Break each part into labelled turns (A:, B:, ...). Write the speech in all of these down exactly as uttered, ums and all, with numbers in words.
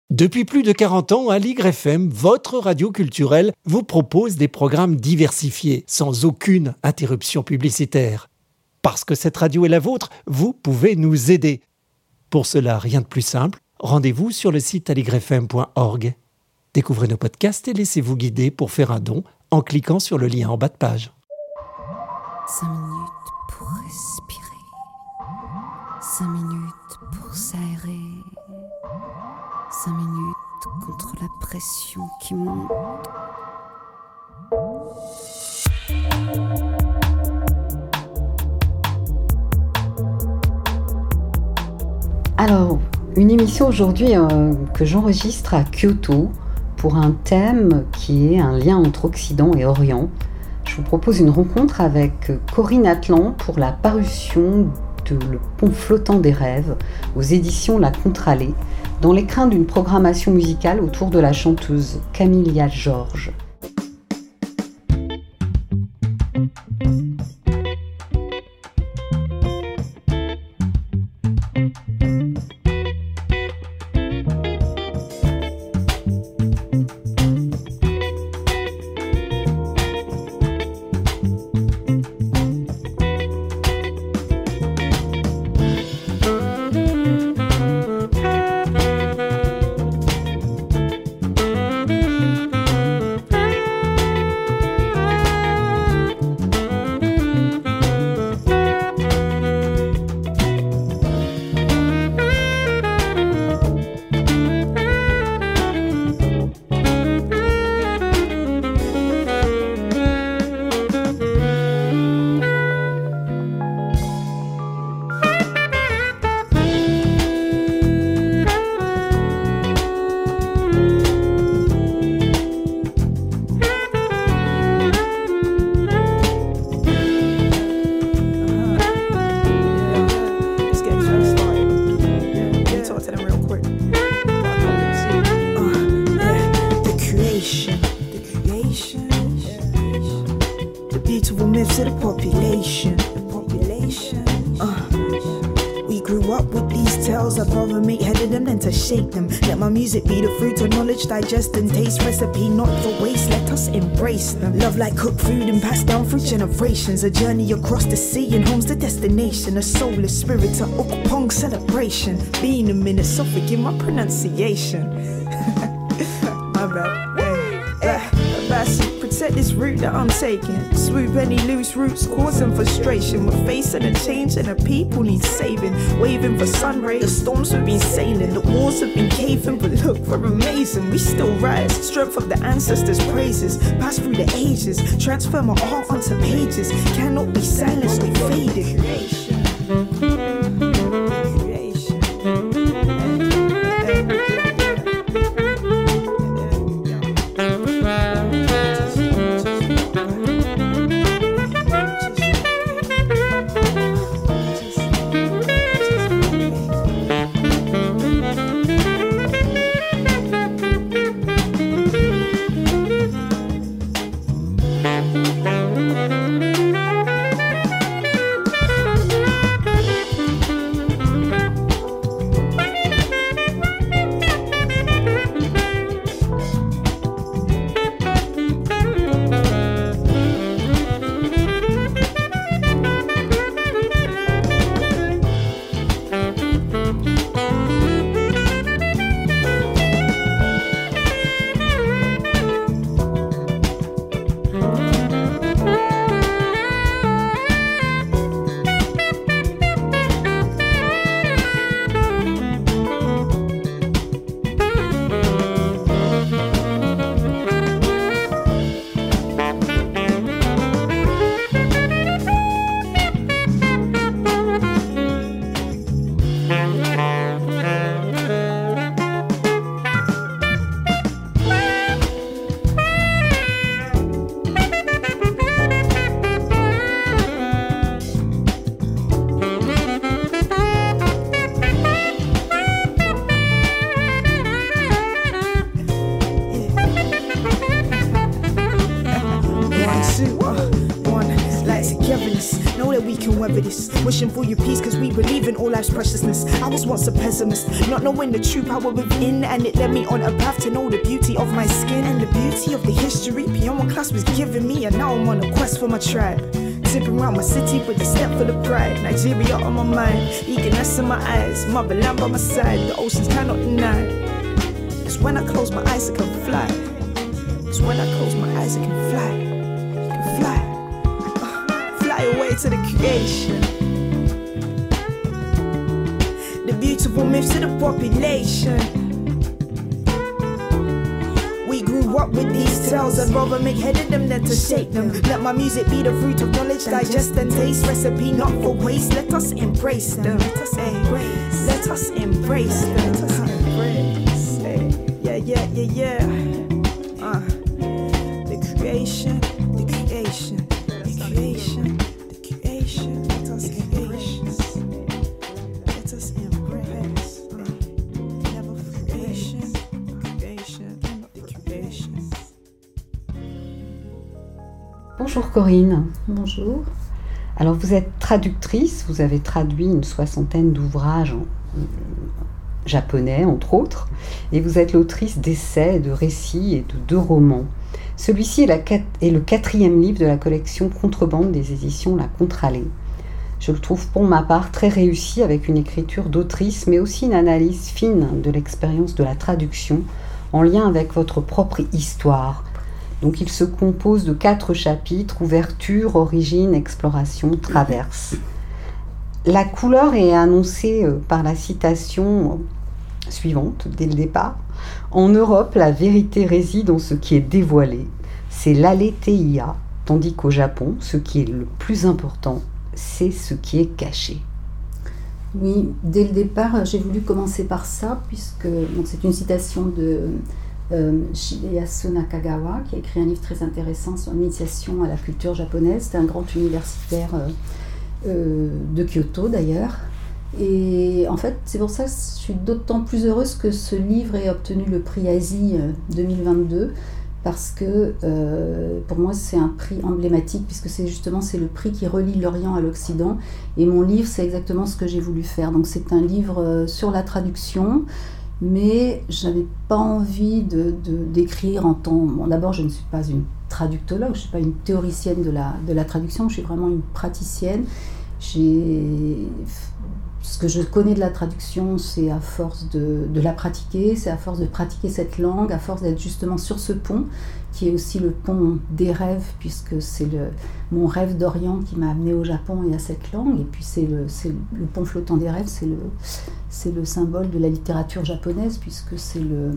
A: Depuis plus de quarante ans, Aligre F M, votre radio culturelle, vous propose des programmes diversifiés, sans aucune interruption publicitaire. Parce que cette radio est la vôtre, vous pouvez nous aider. Pour cela, rien de plus simple, rendez-vous sur le site aligre f m point org. Découvrez nos podcasts et laissez-vous guider pour faire un don en cliquant sur le lien en bas de page.
B: Cinq minutes pour respirer. Cinq minutes pour s'aérer. Cinq minutes contre la pression qui monte.
C: Alors, une émission aujourd'hui euh, que j'enregistre à Kyoto pour un thème qui est un lien entre Occident et Orient. Je vous propose une rencontre avec Corinne Atlan pour la parution de Le Pont flottant des rêves aux éditions La Contralée, dans l'écrin d'une programmation musicale autour de la chanteuse Camilla George.
D: Shake them, let my music be the fruit of knowledge, digest and taste recipe, not for waste, let us embrace them. Love like cooked food and passed down through generations, a journey across the sea and home's the destination, a soulless spirit, a Okpong celebration, being a minute, so forgive my pronunciation. My bad. Hey, uh, protect this route that I'm taking, swoop any loose roots causing frustration, we're facing a change and the people need saving, waving for sun rays, the storms have been sailing, the walls have been caving, but look, we're amazing, we still rise, strength of the ancestors' praises, pass through the ages, transfer my art onto pages, cannot be silenced or faded. can weather this. Wishing for your peace cause we believe in all life's preciousness. I was once a pessimist, not knowing the true power within, and it led me on a path to know the beauty of my skin and the beauty of the history beyond what class was giving me. And now I'm on a quest for my tribe, tipping around my city with a step full of pride. Nigeria on my mind, eagerness in my eyes, motherland by my side, the oceans cannot deny. Cause when I close my eyes I can fly. Cause when I close my eyes I can fly. I can fly. Uh, fly away to the creation, the beautiful myths of the population. We grew up with these tales, I'd rather make head of them than to shake them. Let my music be the fruit of knowledge, digest and taste. Recipe not for waste, let us embrace them. Let us embrace, let us embrace them. Let us embrace, hey. Yeah, yeah, yeah, yeah. Uh, the creation, the creation, the creation, the creation. Let us embrace, let us embrace. Never creation, creation.
C: Bonjour Corinne.
E: Bonjour.
C: Alors vous êtes traductrice, vous avez traduit une soixantaine d'ouvrages en euh, japonais entre autres, et vous êtes l'autrice d'essais, de récits et de deux romans. Celui-ci est, la, est le quatrième livre de la collection Contrebande des éditions La Contrallée. Je le trouve pour ma part très réussi, avec une écriture d'autrice mais aussi une analyse fine de l'expérience de la traduction en lien avec votre propre histoire. Donc il se compose de quatre chapitres: ouverture, origine, exploration, traverse. La couleur est annoncée par la citation suivante dès le départ. En Europe, la vérité réside dans ce qui est dévoilé. C'est l'aletheia, tandis qu'au Japon, ce qui est le plus important, c'est ce qui est caché.
E: Oui, dès le départ, j'ai voulu commencer par ça, puisque donc, c'est une citation de euh, Shigeyasu Nakagawa, qui a écrit un livre très intéressant sur l'initiation à la culture japonaise. C'est un grand universitaire euh, euh, de Kyoto d'ailleurs. Et en fait, c'est pour ça que je suis d'autant plus heureuse que ce livre ait obtenu le prix Asie euh, deux mille vingt-deux, parce que euh, pour moi c'est un prix emblématique, puisque c'est justement c'est le prix qui relie l'Orient à l'Occident, et mon livre c'est exactement ce que j'ai voulu faire. Donc c'est un livre euh, sur la traduction, mais je n'avais pas envie de, de, d'écrire en tant... Bon, d'abord je ne suis pas une traductologue, je ne suis pas une théoricienne de la, de la traduction, je suis vraiment une praticienne. J'ai... Ce que je connais de la traduction, c'est à force de, de la pratiquer, c'est à force de pratiquer cette langue, à force d'être justement sur ce pont, qui est aussi le pont des rêves, puisque c'est le, mon rêve d'Orient qui m'a amené au Japon et à cette langue. Et puis c'est le, c'est le pont flottant des rêves, c'est le, c'est le symbole de la littérature japonaise, puisque c'est le,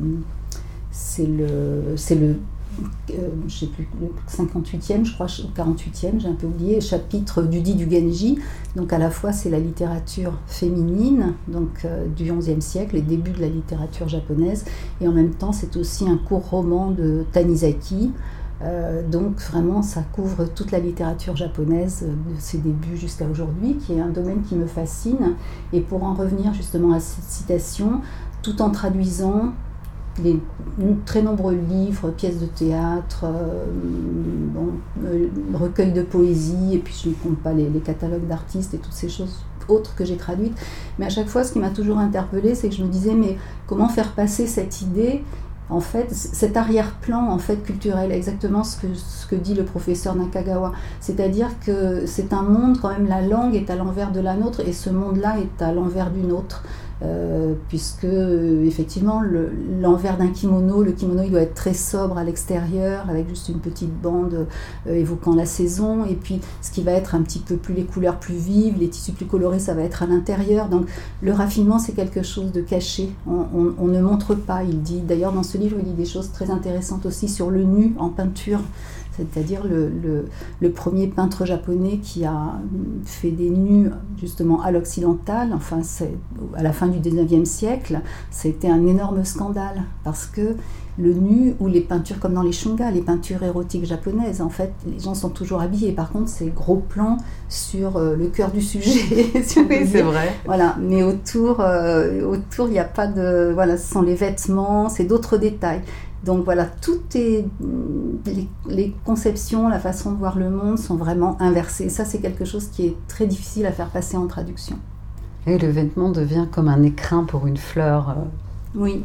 E: c'est le, c'est le Euh, je sais plus, le cinquante-huitième, je crois, ou quarante-huitième, j'ai un peu oublié, chapitre du dit du Genji. Donc à la fois c'est la littérature féminine, donc euh, du onzième siècle, les débuts de la littérature japonaise, et en même temps c'est aussi un court roman de Tanizaki. Euh, donc vraiment ça couvre toute la littérature japonaise de ses débuts jusqu'à aujourd'hui, qui est un domaine qui me fascine. Et pour en revenir justement à cette citation, tout en traduisant les très nombreux livres, pièces de théâtre, euh, bon, euh, recueils de poésie, et puis je ne compte pas les, les catalogues d'artistes et toutes ces choses autres que j'ai traduites. Mais à chaque fois, ce qui m'a toujours interpellée, c'est que je me disais, mais comment faire passer cette idée, en fait, cet arrière-plan en fait culturel, exactement ce que, ce que dit le professeur Nakagawa. C'est-à-dire que c'est un monde, quand même, la langue est à l'envers de la nôtre, et ce monde-là est à l'envers du nôtre. Euh, puisque effectivement le, l'envers d'un kimono, le kimono il doit être très sobre à l'extérieur, avec juste une petite bande euh, évoquant la saison, et puis ce qui va être un petit peu plus les couleurs plus vives, les tissus plus colorés, ça va être à l'intérieur. Donc le raffinement c'est quelque chose de caché, on, on, on ne montre pas. Il dit d'ailleurs dans ce livre, il dit des choses très intéressantes aussi sur le nu en peinture, c'est-à-dire le, le, le premier peintre japonais qui a fait des nus justement à l'occidental, enfin c'est à la fin du dix-neuvième siècle, c'était un énorme scandale, parce que le nu, ou les peintures comme dans les shunga, les peintures érotiques japonaises, en fait, les gens sont toujours habillés. Par contre, c'est gros plans sur euh, le cœur du sujet. Si
C: oui, c'est vrai.
E: Voilà, mais autour, euh, autour, il n'y a pas de... Voilà, ce sont les vêtements, c'est d'autres détails. Donc voilà, tout est, les, les conceptions, la façon de voir le monde sont vraiment inversées. Ça, c'est quelque chose qui est très difficile à faire passer en traduction.
C: Et le vêtement devient comme un écrin pour une fleur.
E: Oui.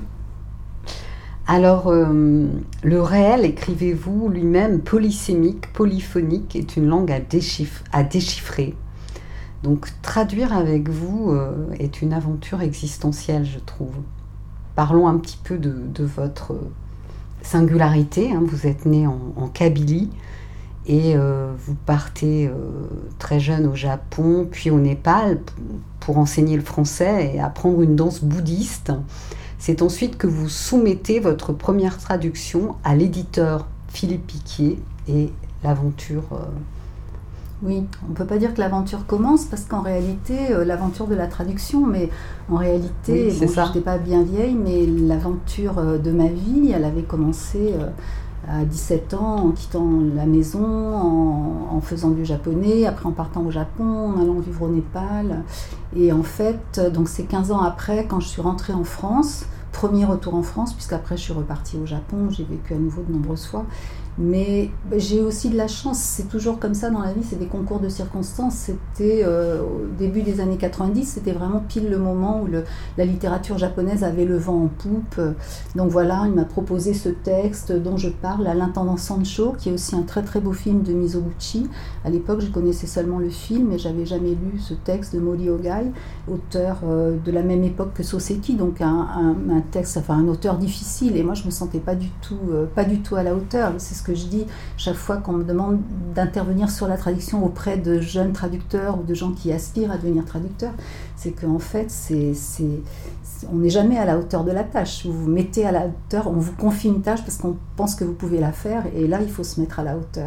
C: Alors, euh, le réel, écrivez-vous lui-même, polysémique, polyphonique, est une langue à, déchiff- à déchiffrer. Donc, traduire avec vous euh, est une aventure existentielle, je trouve. Parlons un petit peu de, de votre singularité. Hein. Vous êtes né en, en Kabylie et euh, vous partez euh, très jeune au Japon, puis au Népal pour enseigner le français et apprendre une danse bouddhiste. C'est ensuite que vous soumettez votre première traduction à l'éditeur Philippe Piquier et l'aventure... Euh...
E: Oui, on ne peut pas dire que l'aventure commence parce qu'en réalité, euh, l'aventure de la traduction, mais en réalité,
C: oui, bon,
E: je n'étais pas bien vieille, mais l'aventure euh, de ma vie, elle avait commencé euh, à dix-sept ans en quittant la maison, en, en faisant du japonais, après en partant au Japon, en allant vivre au Népal. Et en fait, donc c'est quinze ans après, quand je suis rentrée en France, premier retour en France, puisqu'après je suis repartie au Japon, j'ai vécu à nouveau de nombreuses fois. Mais j'ai aussi de la chance, c'est toujours comme ça dans la vie, c'est des concours de circonstances. C'était euh, au début des années quatre-vingt-dix, c'était vraiment pile le moment où le, la littérature japonaise avait le vent en poupe. Donc voilà, il m'a proposé ce texte dont je parle à l'intendant Sancho, qui est aussi un très très beau film de Mizoguchi. À l'époque, je connaissais seulement le film et j'avais jamais lu ce texte de Mori Ogai, auteur euh, de la même époque que Soseki, donc un, un, un texte, enfin un auteur difficile. Et moi, je me sentais pas du tout, euh, pas du tout à la hauteur. C'est ce que je dis chaque fois qu'on me demande d'intervenir sur la traduction auprès de jeunes traducteurs ou de gens qui aspirent à devenir traducteurs, c'est qu'en fait, c'est, c'est, c'est, on n'est jamais à la hauteur de la tâche. Vous vous mettez à la hauteur, on vous confie une tâche parce qu'on pense que vous pouvez la faire, et là, il faut se mettre à la hauteur.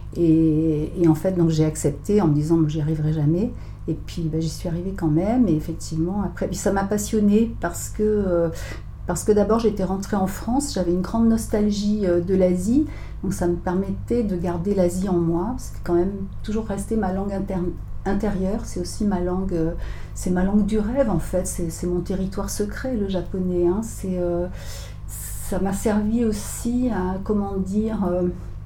E: Et, et en fait, donc, j'ai accepté en me disant que j'y arriverai jamais. Et puis, ben, j'y suis arrivée quand même. Et effectivement, après, puis ça m'a passionnée parce que... Euh, Parce que d'abord, j'étais rentrée en France, j'avais une grande nostalgie de l'Asie, donc ça me permettait de garder l'Asie en moi. C'est quand même toujours resté ma langue interne, intérieure, c'est aussi ma langue, c'est ma langue du rêve en fait, c'est, c'est mon territoire secret, le japonais. Hein. C'est, euh, ça m'a servi aussi à, comment dire, euh,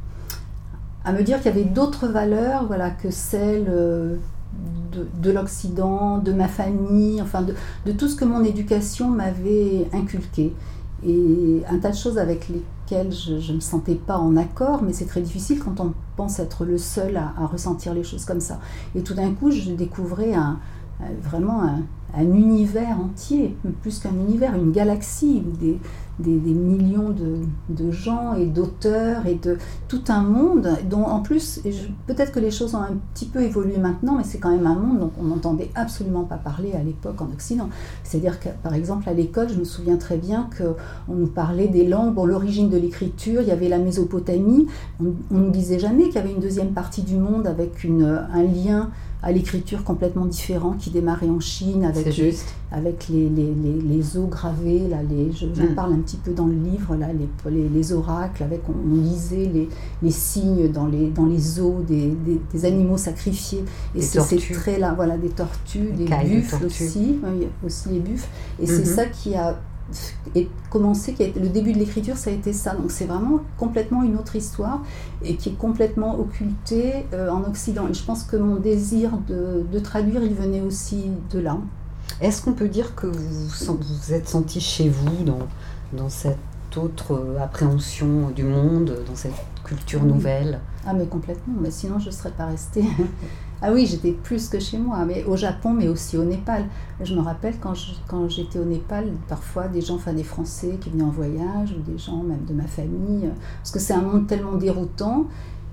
E: à me dire qu'il y avait d'autres valeurs, voilà, que celles... Euh, De, de l'Occident, de ma famille, enfin de, de tout ce que mon éducation m'avait inculqué. Et un tas de choses avec lesquelles je ne me sentais pas en accord, mais c'est très difficile quand on pense être le seul à, à ressentir les choses comme ça. Et tout d'un coup, je découvrais un, vraiment un, un univers entier, plus qu'un univers, une galaxie, des, des, des millions de, de gens et d'auteurs et de tout un monde dont en plus, et je, peut-être que les choses ont un petit peu évolué maintenant, mais c'est quand même un monde dont on n'entendait absolument pas parler à l'époque en Occident. C'est-à-dire que par exemple à l'école, je me souviens très bien qu'on nous parlait des langues, bon, l'origine de l'écriture, il y avait la Mésopotamie, on ne nous disait jamais qu'il y avait une deuxième partie du monde avec une, un lien à l'écriture complètement différent qui démarrait en Chine avec, les, avec les, les, les, les os gravés, là, les, je, je mm. parle un petit peu dans le livre, là, les, les, les oracles, avec, on, on lisait les, les signes dans les, dans les os des, des, des animaux sacrifiés. Et
C: des
E: c'est ces traits-là, voilà, des tortues, des buffles aussi, oui, aussi les buffles. Et mm-hmm. c'est ça qui a et commencé, qui a été, le début de l'écriture, ça a été ça. Donc c'est vraiment complètement une autre histoire et qui est complètement occultée euh, en Occident. Et je pense que mon désir de, de traduire, il venait aussi de là.
C: Est-ce qu'on peut dire que vous vous êtes senti chez vous dans, dans cette autre appréhension du monde, dans cette culture
E: oui.
C: nouvelle?
E: Ah mais complètement, mais sinon je ne serais pas restée. Ah oui, j'étais plus que chez moi, mais au Japon, mais aussi au Népal. Je me rappelle quand, je, quand j'étais au Népal, parfois des gens, enfin des Français qui venaient en voyage, ou des gens même de ma famille, parce que c'est un monde tellement déroutant.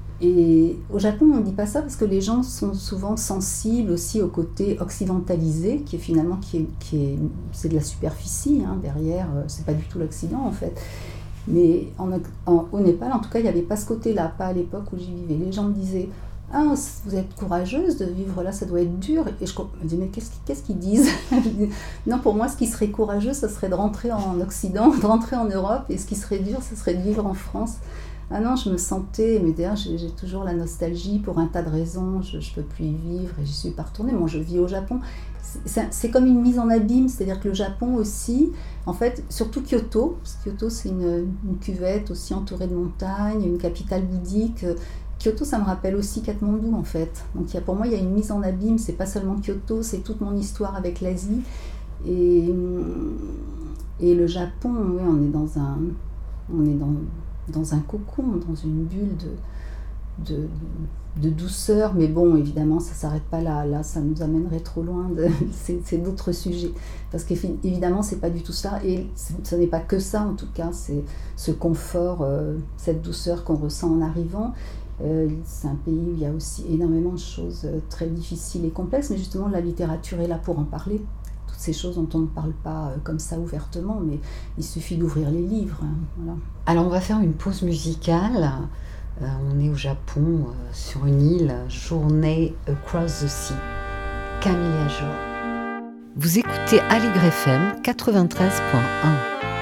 E: Et au Japon, on ne dit pas ça parce que les gens sont souvent sensibles aussi au côté occidentalisé, qui est finalement qui est, qui est, c'est de la superficie, hein, derrière, c'est pas du tout l'Occident en fait. Mais en, en, au Népal, en tout cas, il n'y avait pas ce côté-là, pas à l'époque où j'y vivais. Les gens me disaient « Ah, vous êtes courageuse de vivre là, ça doit être dur. » Et je me disais « Mais qu'est-ce, qu'est-ce qu'ils disent ?» Non, pour moi, ce qui serait courageux, ce serait de rentrer en Occident, de rentrer en Europe, et ce qui serait dur, ce serait de vivre en France. Ah non, je me sentais, mais d'ailleurs j'ai, j'ai toujours la nostalgie pour un tas de raisons, je ne peux plus y vivre et j'y suis pas retournée. Moi je vis au Japon, c'est, c'est, c'est comme une mise en abîme, c'est-à-dire que le Japon aussi, en fait, surtout Kyoto, parce que Kyoto c'est une, une cuvette aussi entourée de montagnes, une capitale bouddhique. Kyoto ça me rappelle aussi Katmandou en fait, donc il y a, pour moi il y a une mise en abîme, c'est pas seulement Kyoto, c'est toute mon histoire avec l'Asie. Et, et le Japon, oui, on est dans un... On est dans, dans un cocon, dans une bulle de, de, de douceur, mais bon, évidemment, ça ne s'arrête pas là, là, ça nous amènerait trop loin, de, c'est, c'est d'autres sujets, parce qu'évidemment, ce n'est pas du tout ça, et ce n'est pas que ça, en tout cas, c'est ce confort, euh, cette douceur qu'on ressent en arrivant. Euh, c'est un pays où il y a aussi énormément de choses très difficiles et complexes, mais justement, la littérature est là pour en parler. Ces choses dont on ne parle pas euh, comme ça ouvertement, mais il suffit d'ouvrir les livres. Hein, voilà.
C: Alors on va faire une pause musicale. Euh, on est au Japon, euh, sur une île, Journey Across the Sea. Camille Ajor. Vous écoutez Aligre F M quatre-vingt-treize point un.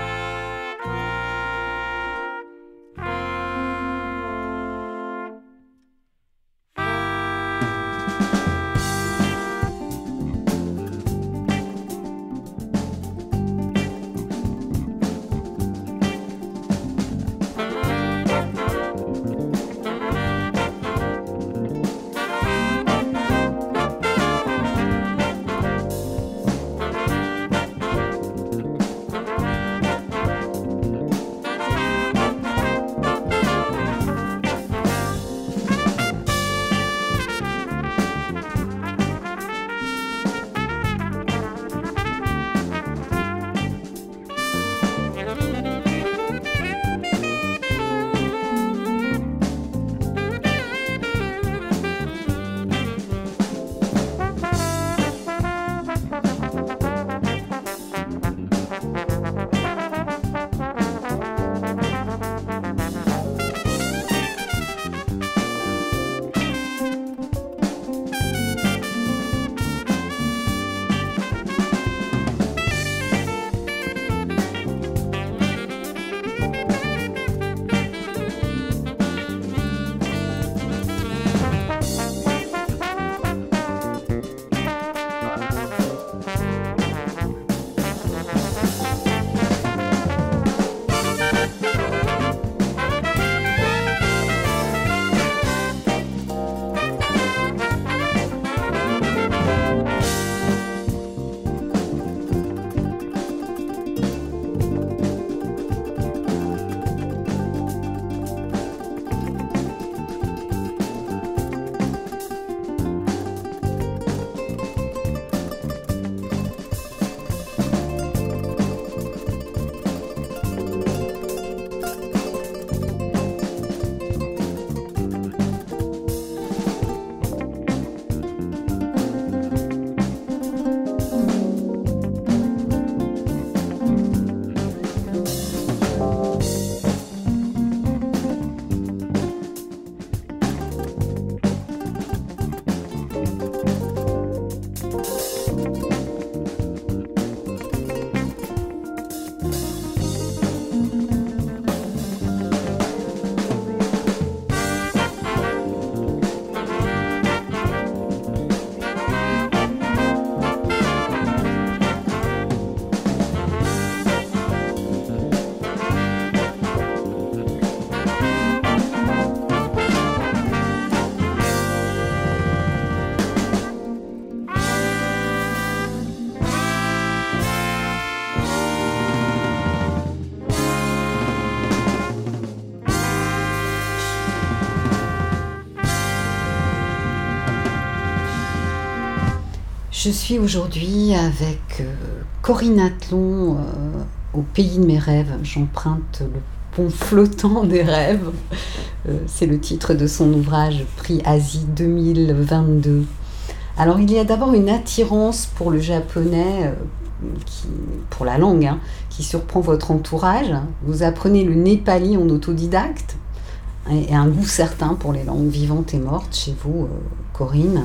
C: Je suis aujourd'hui avec euh, Corinne Athlon euh, au pays de mes rêves. J'emprunte le pont flottant des rêves. Euh, c'est le titre de son ouvrage Prix Asie deux mille vingt-deux. Alors il y a d'abord une attirance pour le japonais, euh, qui, pour la langue, hein, qui surprend votre entourage. Vous apprenez le népali en autodidacte et, et un goût certain pour les langues vivantes et mortes chez vous, euh, Corinne.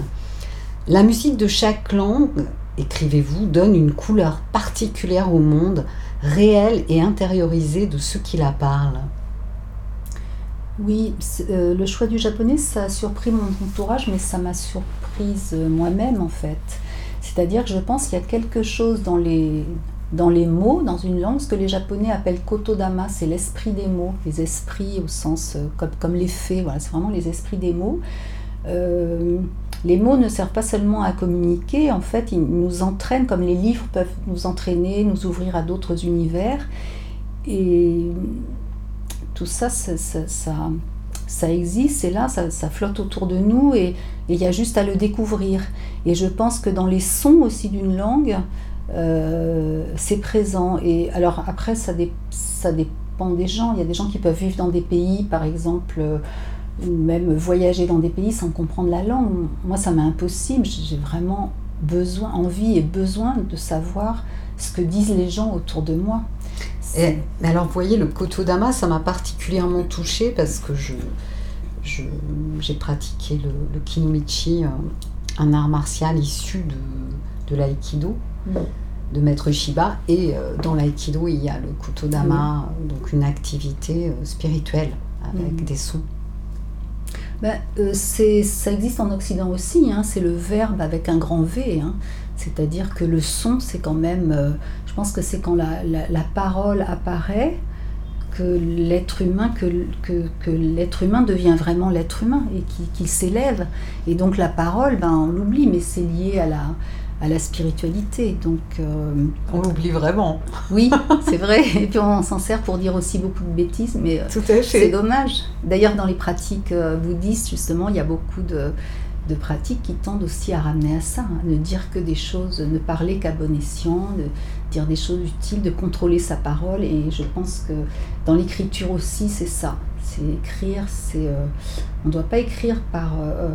C: La musique de chaque langue, écrivez-vous, donne une couleur particulière au monde, réelle et intériorisée de ceux qui la parlent.
E: Oui, euh, le choix du japonais, ça a surpris mon entourage, mais ça m'a surprise euh, moi-même en fait. C'est-à-dire que je pense qu'il y a quelque chose dans les, dans les mots, dans une langue, ce que les Japonais appellent kotodama, c'est l'esprit des mots, les esprits au sens euh, comme, comme les fées, voilà, c'est vraiment les esprits des mots. Euh, les mots ne servent pas seulement à communiquer, en fait, ils nous entraînent, comme les livres peuvent nous entraîner, nous ouvrir à d'autres univers. Et tout ça, ça, ça, ça, ça existe, c'est là, ça, ça flotte autour de nous, et il y a juste à le découvrir. Et je pense que dans les sons aussi d'une langue, euh, c'est présent. Et alors après, ça, dé, ça dépend des gens. Il y a des gens qui peuvent vivre dans des pays, par exemple, euh, ou même voyager dans des pays sans comprendre la langue. Moi, ça m'est impossible. J'ai vraiment besoin, envie et besoin de savoir ce que disent les gens autour de moi.
C: Et, alors, vous voyez, le kotodama, ça m'a particulièrement touchée parce que je, je, j'ai pratiqué le, le kinomichi, un art martial issu de, de l'aïkido, mmh. de Maître Shiba. Et euh, dans l'aïkido, il y a le kotodama, mmh. donc une activité euh, spirituelle avec mmh. des sons.
E: Ben, euh, c'est, ça existe en Occident aussi, hein, c'est le verbe avec un grand V, hein, c'est-à-dire que le son, c'est quand même, euh, je pense que c'est quand la, la, la parole apparaît que l'être humain, que, que, que l'être humain devient vraiment l'être humain et qu'il, qu'il s'élève. Et donc la parole, ben, on l'oublie, mais c'est lié à la, à la spiritualité. Donc, euh,
C: on l'oublie vraiment.
E: Oui, c'est vrai. Et puis on s'en sert pour dire aussi beaucoup de bêtises, mais
C: tout à fait.
E: C'est dommage. D'ailleurs, dans les pratiques euh, bouddhistes, justement, il y a beaucoup de, de pratiques qui tendent aussi à ramener à ça, hein, ne dire que des choses, ne parler qu'à bon escient, de dire des choses utiles, de contrôler sa parole. Et je pense que dans l'écriture aussi, c'est ça. C'est écrire, c'est, euh, on ne doit pas écrire par... Euh,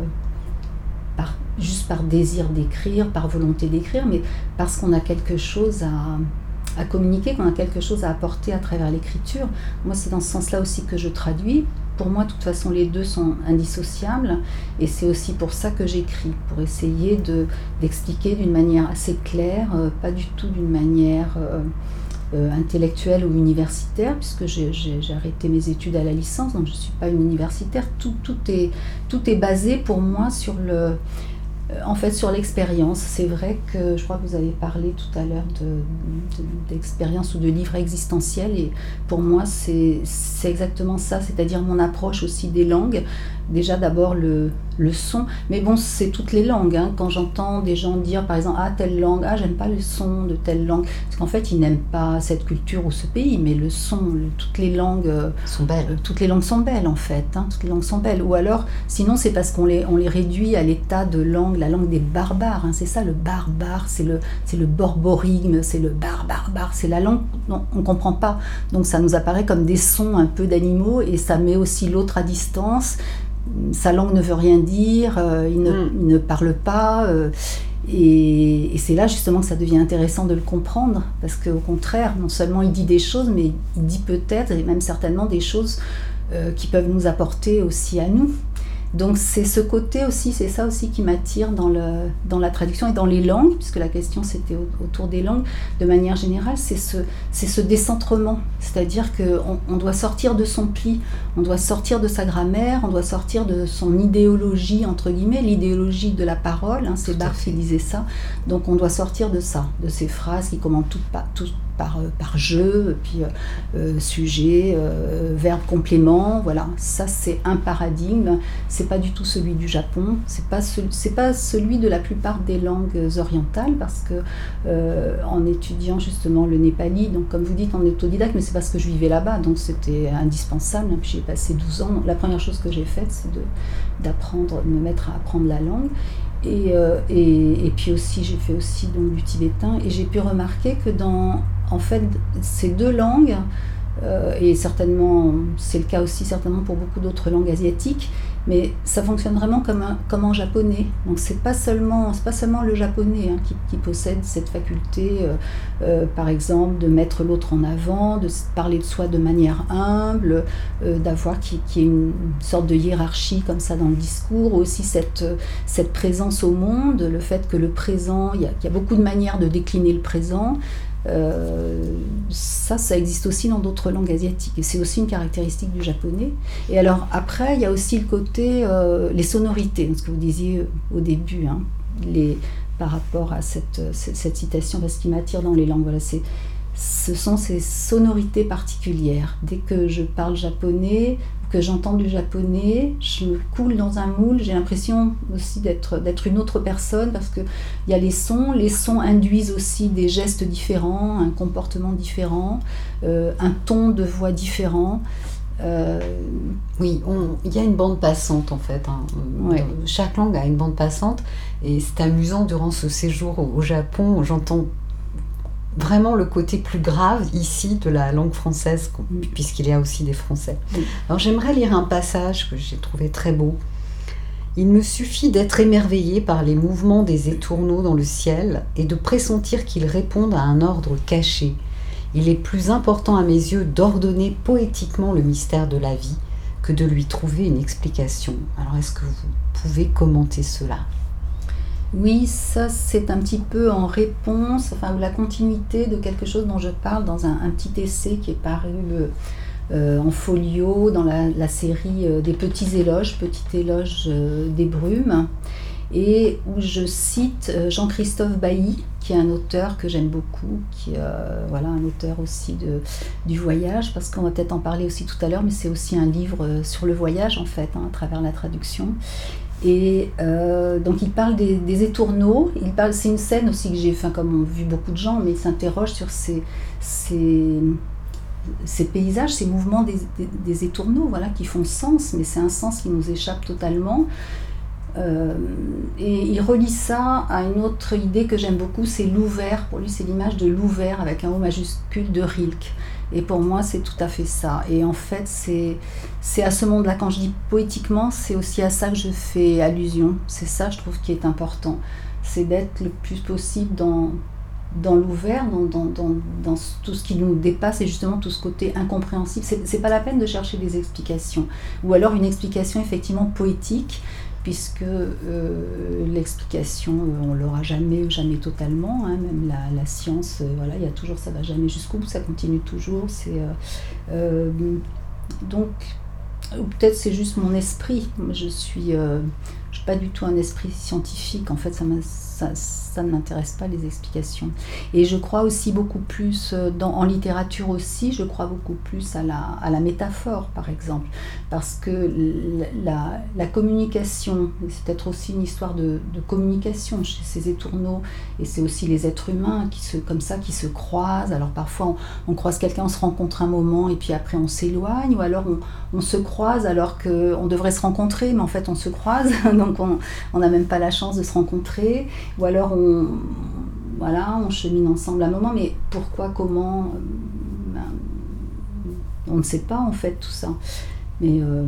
E: Par, juste par désir d'écrire, par volonté d'écrire, mais parce qu'on a quelque chose à, à communiquer, qu'on a quelque chose à apporter à travers l'écriture. Moi, c'est dans ce sens-là aussi que je traduis. Pour moi, de toute façon, les deux sont indissociables, et c'est aussi pour ça que j'écris, pour essayer de, d'expliquer d'une manière assez claire, euh, pas du tout d'une manière... Euh, Euh, intellectuelle ou universitaire, puisque j'ai, j'ai, j'ai arrêté mes études à la licence, donc je ne suis pas une universitaire. Tout, tout, est, tout est basé pour moi sur, le, euh, en fait, sur l'expérience. C'est vrai que je crois que vous avez parlé tout à l'heure de, de, d'expérience ou de livre existentiel, et pour moi c'est, c'est exactement ça, c'est-à-dire mon approche aussi des langues. Déjà d'abord le, le son, mais bon, c'est toutes les langues, hein. Quand j'entends des gens dire par exemple, ah telle langue, ah j'aime pas le son de telle langue, parce qu'en fait ils n'aiment pas cette culture ou ce pays, mais le son, le, toutes les langues euh,
C: sont belles.
E: Euh, toutes les langues sont belles en fait, hein, toutes les langues sont belles, ou alors sinon c'est parce qu'on les, on les réduit à l'état de langue, la langue des barbares, hein. C'est ça le barbare, c'est le, c'est le borborigme, c'est le bar-bar-bar, c'est la langue dont on comprend pas, donc ça nous apparaît comme des sons un peu d'animaux, et ça met aussi l'autre à distance. Sa langue ne veut rien dire, euh, il, ne, mm. il ne parle pas, euh, et, et c'est là justement que ça devient intéressant de le comprendre, parce qu'au contraire, non seulement il dit des choses, mais il dit peut-être, et même certainement des choses euh, qui peuvent nous apporter aussi à nous. Donc c'est ce côté aussi, c'est ça aussi qui m'attire dans, le, dans la traduction et dans les langues, puisque la question c'était autour des langues, de manière générale, c'est ce, c'est ce décentrement, c'est-à-dire qu'on on doit sortir de son pli, on doit sortir de sa grammaire, on doit sortir de son idéologie, entre guillemets, l'idéologie de la parole, hein, c'est Barthes qui disait ça, donc on doit sortir de ça, de ces phrases qui commencent toutes pas, toutes Par, par jeu, puis euh, sujet, euh, verbe, complément, voilà. Ça, c'est un paradigme. C'est pas du tout celui du Japon. C'est pas, ce, c'est pas celui de la plupart des langues orientales, parce que euh, en étudiant justement le népali, donc comme vous dites, en autodidacte, mais c'est parce que je vivais là-bas, donc c'était indispensable. Puis j'ai passé douze ans. Donc la première chose que j'ai faite, c'est de, d'apprendre, de me mettre à apprendre la langue. Et, euh, et, et puis aussi, j'ai fait aussi donc, du tibétain, et j'ai pu remarquer que dans, en fait, ces deux langues, euh, et certainement, c'est le cas aussi certainement pour beaucoup d'autres langues asiatiques, mais ça fonctionne vraiment comme, un, comme en japonais. Donc c'est pas seulement, c'est pas seulement le japonais hein, qui, qui possède cette faculté, euh, euh, par exemple, de mettre l'autre en avant, de parler de soi de manière humble, euh, d'avoir qui, qui est une, une sorte de hiérarchie comme ça dans le discours, aussi cette, cette présence au monde, le fait que le présent, il y a, il y a beaucoup de manières de décliner le présent. Euh, ça, ça existe aussi dans d'autres langues asiatiques et c'est aussi une caractéristique du japonais. Et alors après, il y a aussi le côté, euh, les sonorités, ce que vous disiez au début, hein, les, par rapport à cette, cette, cette citation, parce qu'il m'attire dans les langues, voilà, c'est, ce sont ces sonorités particulières. Dès que je parle japonais, que j'entends du japonais, je me coule dans un moule, j'ai l'impression aussi d'être, d'être une autre personne parce qu'il y a les sons, les sons induisent aussi des gestes différents, un comportement différent, euh, un ton de voix différent.
C: Euh... Oui, il y a une bande passante en fait, hein. Ouais. Chaque langue a une bande passante et c'est amusant durant ce séjour au, au Japon, j'entends vraiment le côté plus grave ici de la langue française, puisqu'il y a aussi des Français. Oui. Alors j'aimerais lire un passage que j'ai trouvé très beau. « Il me suffit d'être émerveillé par les mouvements des étourneaux dans le ciel et de pressentir qu'ils répondent à un ordre caché. Il est plus important à mes yeux d'ordonner poétiquement le mystère de la vie que de lui trouver une explication. » Alors est-ce que vous pouvez commenter cela ?
E: Oui, ça c'est un petit peu en réponse, enfin la continuité de quelque chose dont je parle dans un, un petit essai qui est paru euh, en folio dans la, la série euh, des petits éloges, Petit éloge euh, des brumes, et où je cite euh, Jean-Christophe Bailly, qui est un auteur que j'aime beaucoup, qui est euh, voilà, un auteur aussi de, du voyage, parce qu'on va peut-être en parler aussi tout à l'heure, mais c'est aussi un livre sur le voyage en fait, hein, à travers la traduction. Et euh, donc il parle des, des étourneaux, il parle, c'est une scène aussi que j'ai, enfin comme ont vu beaucoup de gens, mais il s'interroge sur ces, ces, ces paysages, ces mouvements des, des, des étourneaux, voilà, qui font sens, mais c'est un sens qui nous échappe totalement. Euh, et il relie ça à une autre idée que j'aime beaucoup, c'est l'ouvert. Pour lui, c'est l'image de l'ouvert avec un O majuscule de Rilke. Et pour moi, c'est tout à fait ça. Et en fait, c'est, c'est à ce monde-là, quand je dis poétiquement, c'est aussi à ça que je fais allusion. C'est ça, je trouve, qui est important. C'est d'être le plus possible dans, dans l'ouvert, dans, dans, dans, dans tout ce qui nous dépasse et justement tout ce côté incompréhensible. C'est, c'est pas la peine de chercher des explications. Ou alors une explication effectivement poétique, puisque euh, l'explication, euh, on ne l'aura jamais, jamais totalement, hein, même la, la science, euh, voilà, il y a toujours, ça ne va jamais jusqu'au bout, ça continue toujours. C'est, euh, euh, donc, ou peut-être c'est juste mon esprit, je suis, euh, je suis pas du tout un esprit scientifique, en fait, ça, ça, ça ne m'intéresse pas les explications. Et je crois aussi beaucoup plus, dans, en littérature aussi, je crois beaucoup plus à la, à la métaphore, par exemple, parce que la, la communication, c'est peut-être aussi une histoire de, de communication chez ces étourneaux, et c'est aussi les êtres humains qui se, comme ça, qui se croisent. Alors parfois on, on croise quelqu'un, on se rencontre un moment, et puis après on s'éloigne, ou alors on, on se croise alors qu'on devrait se rencontrer, mais en fait on se croise, donc on n'a même pas la chance de se rencontrer, ou alors on, voilà, on chemine ensemble à un moment, mais pourquoi, comment, ben, on ne sait pas en fait tout ça. Mais euh,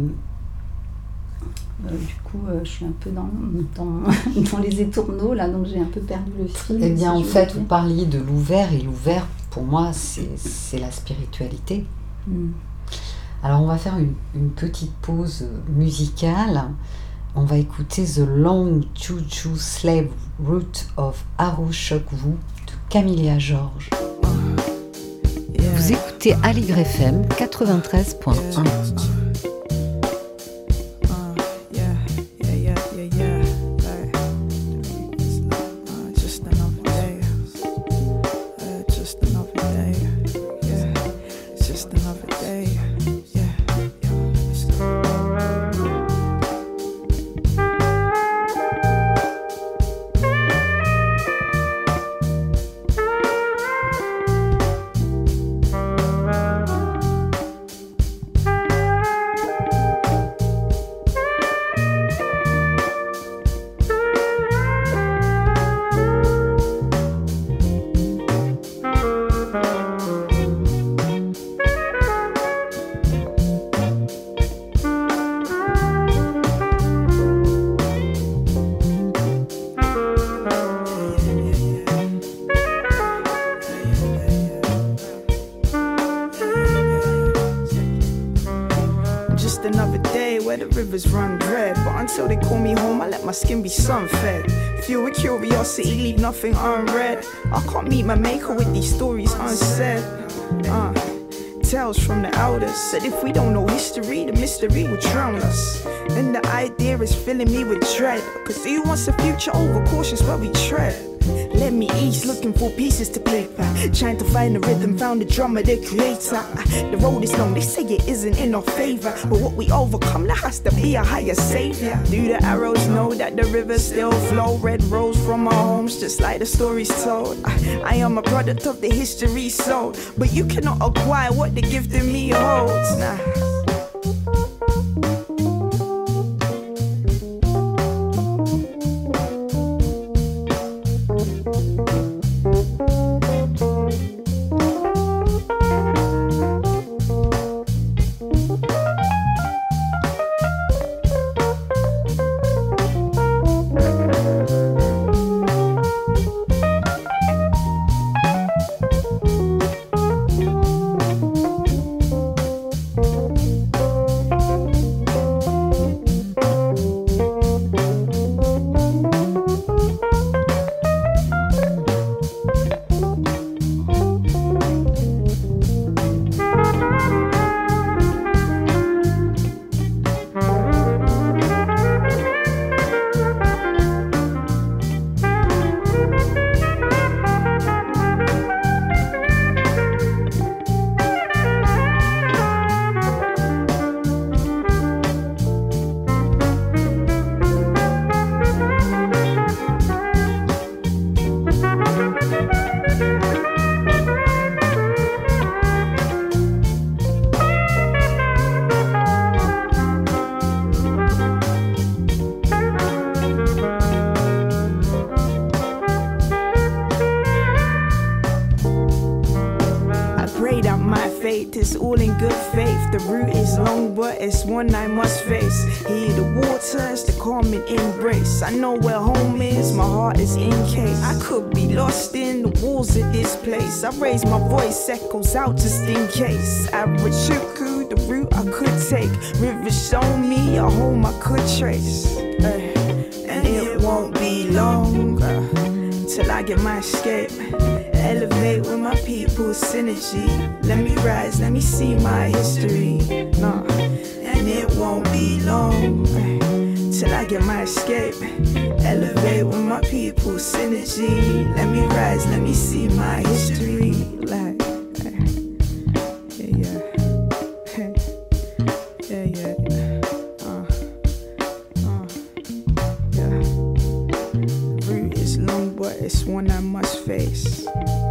E: euh, du coup, euh, je suis un peu dans, dans, dans les étourneaux là, donc j'ai un peu perdu le fil.
C: Eh bien,
E: si
C: en fait, vous parliez de l'ouvert, et l'ouvert, pour moi, c'est, c'est la spiritualité. Mm. Alors, on va faire une, une petite pause musicale. On va écouter The Long Choo-Choo Slave Route of Haru Shokwu de Camilla George. Vous écoutez Aligre F M quatre-vingt-treize point un.
D: just another day where the rivers run red. But until they call me home, I let my skin be sun-fed. Fuel with curiosity, leave nothing unread. I can't meet my maker with these stories unsaid. Uh, tales from the elders said if we don't know history, the mystery will drown us. And the idea is filling me with dread, cause who wants a future over cautious where we tread? Let me ease, looking for pieces to play back, trying to find the rhythm, found the drummer, the creator. The road is long, they say it isn't in our favor, but what we overcome, there has to be a higher savior. Do the arrows know that the rivers still flow? Red rose from our homes, just like the stories told. I, I am a product of the history sold, but you cannot acquire what the gift in me holds. Nah. It's all in good faith. The route is long, but it's one I must face. Hear the waters, the calming embrace. I know where home is, my heart is in case I could be lost in the walls of this place. I raise my voice, echoes out just in case. Arachuku, the route I could take. Rivers show me a home I could trace. Ay, and it won't be long uh, till I get my escape. Elevate with my people's synergy. Let me rise, let me see my history. No, and it won't be long uh, till I get my escape. Elevate with my people's synergy. Let me rise, let me see my history. Like, uh, yeah, yeah, yeah, yeah. Uh, uh, yeah. Route is long, but it's one I must face.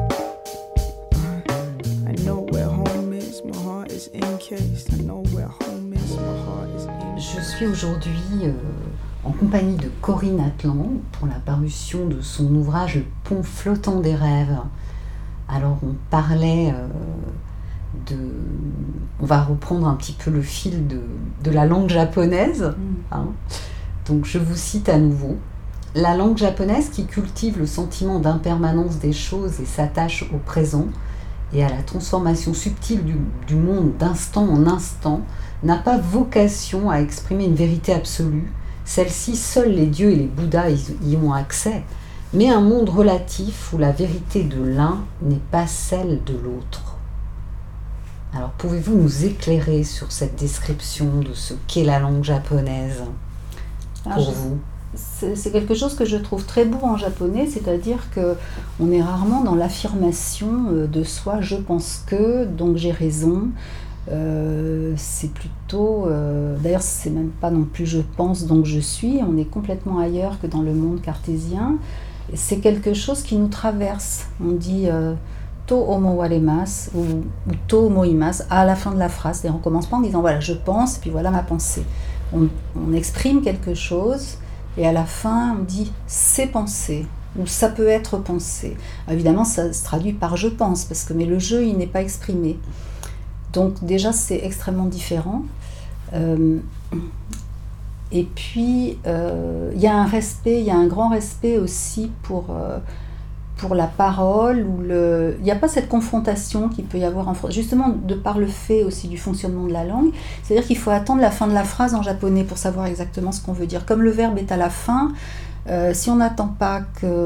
C: Je suis aujourd'hui euh, en compagnie de Corinne Atlan pour la parution de son ouvrage Le pont flottant des rêves. Alors on parlait euh, de... On va reprendre un petit peu le fil de, de la langue japonaise. Mmh. Hein. Donc je vous cite à nouveau. La langue japonaise qui cultive le sentiment d'impermanence des choses et s'attache au présent et à la transformation subtile du, du monde d'instant en instant, n'a pas vocation à exprimer une vérité absolue. Celle-ci, seuls les dieux et les bouddhas y ont accès, mais un monde relatif où la vérité de l'un n'est pas celle de l'autre. Alors, pouvez-vous nous éclairer sur cette description de ce qu'est la langue japonaise pour
E: Alors, je...
C: vous ?
E: C'est, c'est quelque chose que je trouve très beau en japonais, c'est-à-dire qu'on est rarement dans l'affirmation de soi, je pense que, donc j'ai raison. Euh, c'est plutôt, euh, d'ailleurs c'est même pas non plus je pense, donc je suis, on est complètement ailleurs que dans le monde cartésien. C'est quelque chose qui nous traverse. On dit euh, to omowaremasu ou, ou to omoimasu à la fin de la phrase, c'est-à-dire on commence pas en disant voilà je pense, puis voilà ma pensée. On, on exprime quelque chose. Et à la fin, on dit « c'est pensé » ou « ça peut être pensé ». Évidemment, ça se traduit par « je pense » parce que mais le je, il n'est pas exprimé. Donc déjà, c'est extrêmement différent. Euh, et puis, euh, il y a un respect, il y a un grand respect aussi pour, euh, pour la parole, ou le... il n'y a pas cette confrontation qu'il peut y avoir en français, justement de par le fait aussi du fonctionnement de la langue, c'est-à-dire qu'il faut attendre la fin de la phrase en japonais pour savoir exactement ce qu'on veut dire. Comme le verbe est à la fin, euh, si on n'attend pas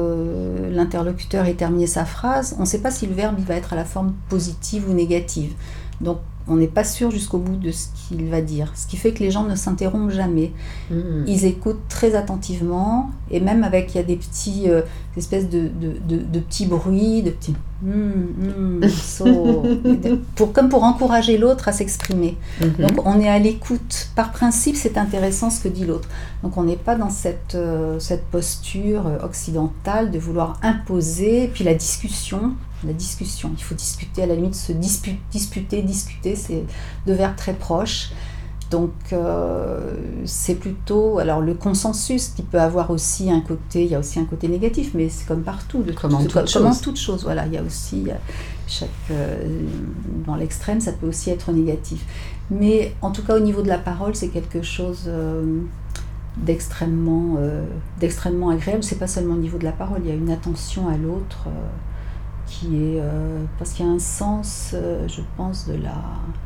E: que l'interlocuteur ait terminé sa phrase, on ne sait pas si le verbe il va être à la forme positive ou négative. Donc on n'est pas sûr jusqu'au bout de ce qu'il va dire. Ce qui fait que les gens ne s'interrompent jamais. Mmh. Ils écoutent très attentivement, et même avec, il y a des petits, euh, des espèces de, de, de, de petits bruits, de petits mm, mm, so, pour, comme pour encourager l'autre à s'exprimer. Mmh. Donc on est à l'écoute. Par principe, c'est intéressant ce que dit l'autre. Donc on n'est pas dans cette, euh, cette posture occidentale de vouloir imposer, puis la discussion. La discussion, il faut discuter, à la limite se disputer, disputer, discuter, c'est deux verbes très proches. Donc euh, c'est plutôt, alors le consensus qui peut avoir aussi un côté, il y a aussi un côté négatif, mais c'est comme partout, de
C: comme en toute,
E: comme,
C: chose.
E: Comme en toute chose. Voilà, il y a aussi, il y a chaque, euh, dans l'extrême, ça peut aussi être négatif. Mais en tout cas au niveau de la parole, c'est quelque chose euh, d'extrêmement, euh, d'extrêmement agréable. C'est pas seulement au niveau de la parole, il y a une attention à l'autre. Euh, qui est euh, parce qu'il y a un sens, euh, je pense, de la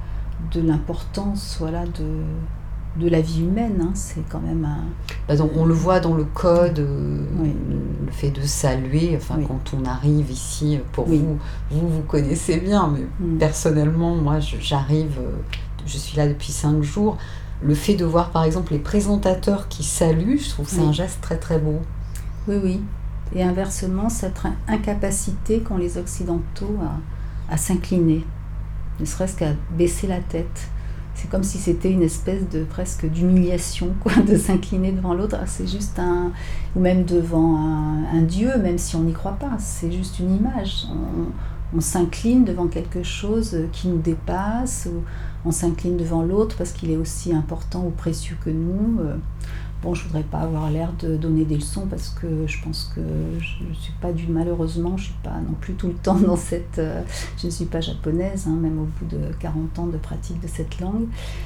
E: de l'importance, voilà, de de la vie humaine. Hein. C'est quand même un.
C: Bah donc on le voit dans le code, euh,
E: oui.
C: le fait de saluer. Enfin, oui. Quand on arrive ici, pour
E: oui.
C: vous, vous vous connaissez bien, mais mm. personnellement, moi, je, j'arrive, je suis là depuis cinq jours. Le fait de voir, par exemple, les présentateurs qui saluent, je trouve que c'est oui. un geste très très beau.
E: Oui, oui. Et inversement, cette incapacité qu'ont les Occidentaux à, à s'incliner, ne serait-ce qu'à baisser la tête. C'est comme si c'était une espèce de presque d'humiliation, quoi, de s'incliner devant l'autre. C'est juste un, ou même devant un, un dieu, même si on n'y croit pas. C'est juste une image. On, on s'incline devant quelque chose qui nous dépasse. Ou on s'incline devant l'autre parce qu'il est aussi important ou précieux que nous. Bon, je voudrais pas avoir l'air de donner des leçons parce que je pense que je ne suis pas du malheureusement, je suis pas non plus tout le temps dans cette, euh, je ne suis pas japonaise, hein, même au bout de quarante ans de pratique de cette langue.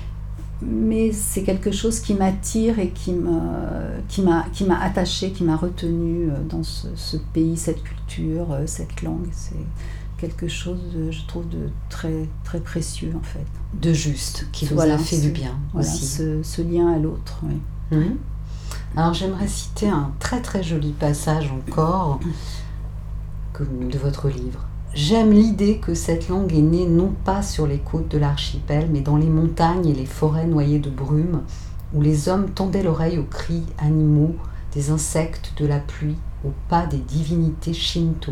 E: Mais c'est quelque chose qui m'attire et qui me, qui m'a, qui m'a attachée, qui m'a retenue dans ce, ce pays, cette culture, cette langue. C'est quelque chose, de, je trouve, de très, très précieux en fait.
C: De juste, qui vous
E: voilà,
C: a fait
E: ce,
C: du bien
E: voilà,
C: aussi.
E: Ce, ce lien à l'autre, oui.
C: Mmh. Alors j'aimerais citer un très très joli passage encore que, de votre livre. J'aime l'idée que cette langue est née non pas sur les côtes de l'archipel, mais dans les montagnes et les forêts noyées de brume, où les hommes tendaient l'oreille aux cris animaux, des insectes, de la pluie, au pas des divinités shinto.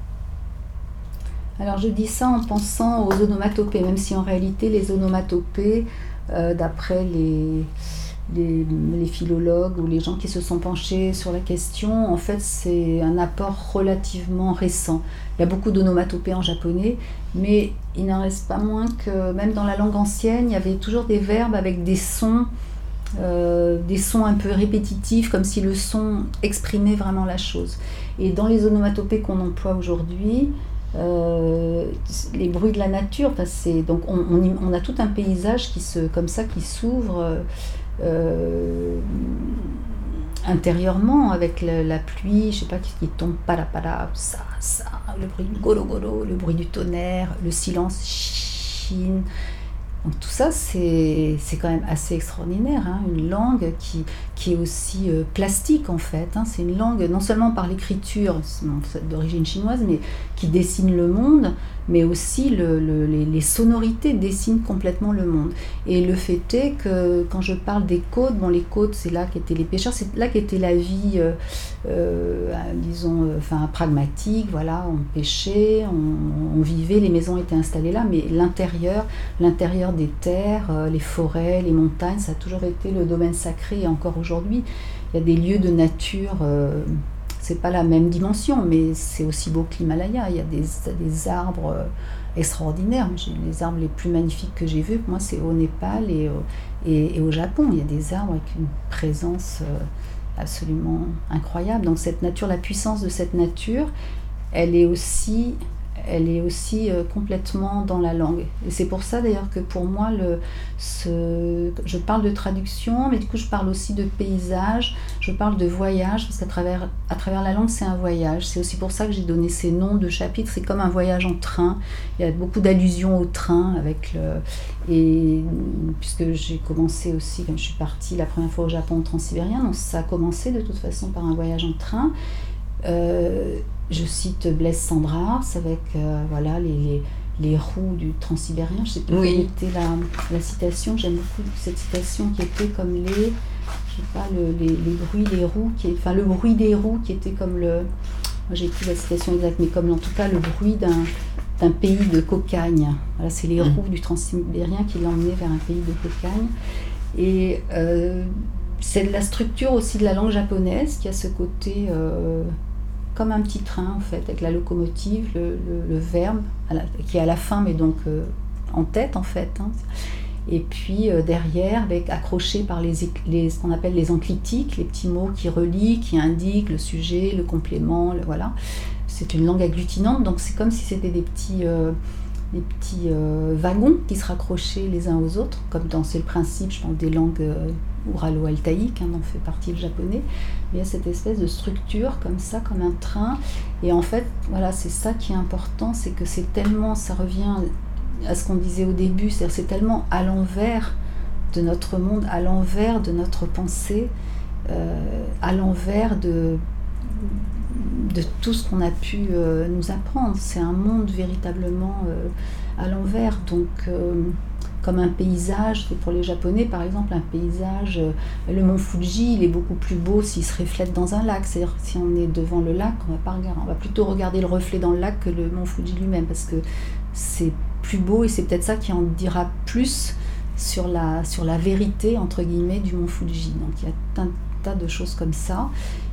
E: Alors je dis ça en pensant aux onomatopées, même si en réalité les onomatopées, euh, d'après les... Les, les philologues ou les gens qui se sont penchés sur la question, en fait c'est un apport relativement récent. Il y a beaucoup d'onomatopées en japonais, mais il n'en reste pas moins que même dans la langue ancienne, il y avait toujours des verbes avec des sons, euh, des sons un peu répétitifs, comme si le son exprimait vraiment la chose. Et dans les onomatopées qu'on emploie aujourd'hui, Euh, les bruits de la nature, c'est, donc on, on, on a tout un paysage qui se, comme ça qui s'ouvre euh, intérieurement avec la, la pluie, je sais pas, qui, qui tombe para para, ça, ça, le bruit du golo golo, le bruit du tonnerre, le silence, chine. Donc tout ça, c'est, c'est quand même assez extraordinaire, hein, une langue qui, qui est aussi euh, plastique en fait. Hein, c'est une langue non seulement par l'écriture, c'est d'origine chinoise, mais qui dessine le monde, mais aussi le, le, les, les sonorités dessinent complètement le monde. Et le fait est que quand je parle des côtes, bon les côtes c'est là qu'étaient les pêcheurs, c'est là qu'était la vie, euh, euh, disons, euh, enfin pragmatique, voilà, on pêchait, on, on vivait, les maisons étaient installées là, mais l'intérieur, l'intérieur des terres, euh, les forêts, les montagnes, ça a toujours été le domaine sacré et encore aujourd'hui, il y a des lieux de nature, euh, c'est pas la même dimension, mais c'est aussi beau que l'Himalaya, il y a des, des arbres euh, extraordinaires, j'ai, les arbres les plus magnifiques que j'ai vus, moi c'est au Népal et, et, et au Japon, il y a des arbres avec une présence euh, absolument incroyable, donc cette nature, la puissance de cette nature, elle est aussi, elle est aussi euh, complètement dans la langue. Et c'est pour ça d'ailleurs que pour moi, le, ce, je parle de traduction, mais du coup je parle aussi de paysage, je parle de voyage, parce qu'à travers, à travers la langue, c'est un voyage. C'est aussi pour ça que j'ai donné ces noms de chapitres. C'est comme un voyage en train. Il y a beaucoup d'allusions au train, avec le, et puisque j'ai commencé aussi, quand je suis partie la première fois au Japon en transsibérien, donc ça a commencé de toute façon par un voyage en train. Euh, je cite Blaise Cendrars avec euh, voilà, les, les, les roues du transsibérien. Je sais plus
C: oui.
E: quelle était la, la citation. J'aime beaucoup cette citation qui était comme les, je sais pas, le, les, les bruits des roues, qui, enfin le bruit des roues qui était comme le, moi j'ai plus la citation exacte, mais comme en tout cas le bruit d'un, d'un pays de cocagne. Voilà, c'est les roues mmh. du transsibérien qui l'emmenaient vers un pays de cocagne. Et euh, c'est de la structure aussi de la langue japonaise qui a ce côté euh, comme un petit train en fait, avec la locomotive, le, le, le verbe à la, qui est à la fin mais donc euh, en tête en fait. Hein. Et puis euh, derrière, avec, accroché par les, les, ce qu'on appelle les enclitiques, les petits mots qui relient, qui indiquent le sujet, le complément, le, voilà. C'est une langue agglutinante, donc c'est comme si c'était des petits, euh, des petits euh, wagons qui se raccrochaient les uns aux autres, comme dans, c'est le principe, je pense, des langues euh, ouralo-altaïques, hein, dont fait partie le japonais. Mais il y a cette espèce de structure comme ça, comme un train. Et en fait, voilà, c'est ça qui est important, c'est que c'est tellement, ça revient à ce qu'on disait au début, c'est-à-dire c'est tellement à l'envers de notre monde, à l'envers de notre pensée, euh, à l'envers de, de tout ce qu'on a pu euh, nous apprendre. C'est un monde véritablement euh, à l'envers. Donc, euh, comme un paysage, pour les Japonais par exemple, un paysage, euh, le mont Fuji, il est beaucoup plus beau s'il se reflète dans un lac. C'est-à-dire si on est devant le lac, on va pas regarder, on va plutôt regarder le reflet dans le lac que le mont Fuji lui-même, parce que c'est plus beau et c'est peut-être ça qui en dira plus sur la, sur la vérité entre guillemets du mont Fuji. Donc il y a un tas de choses comme ça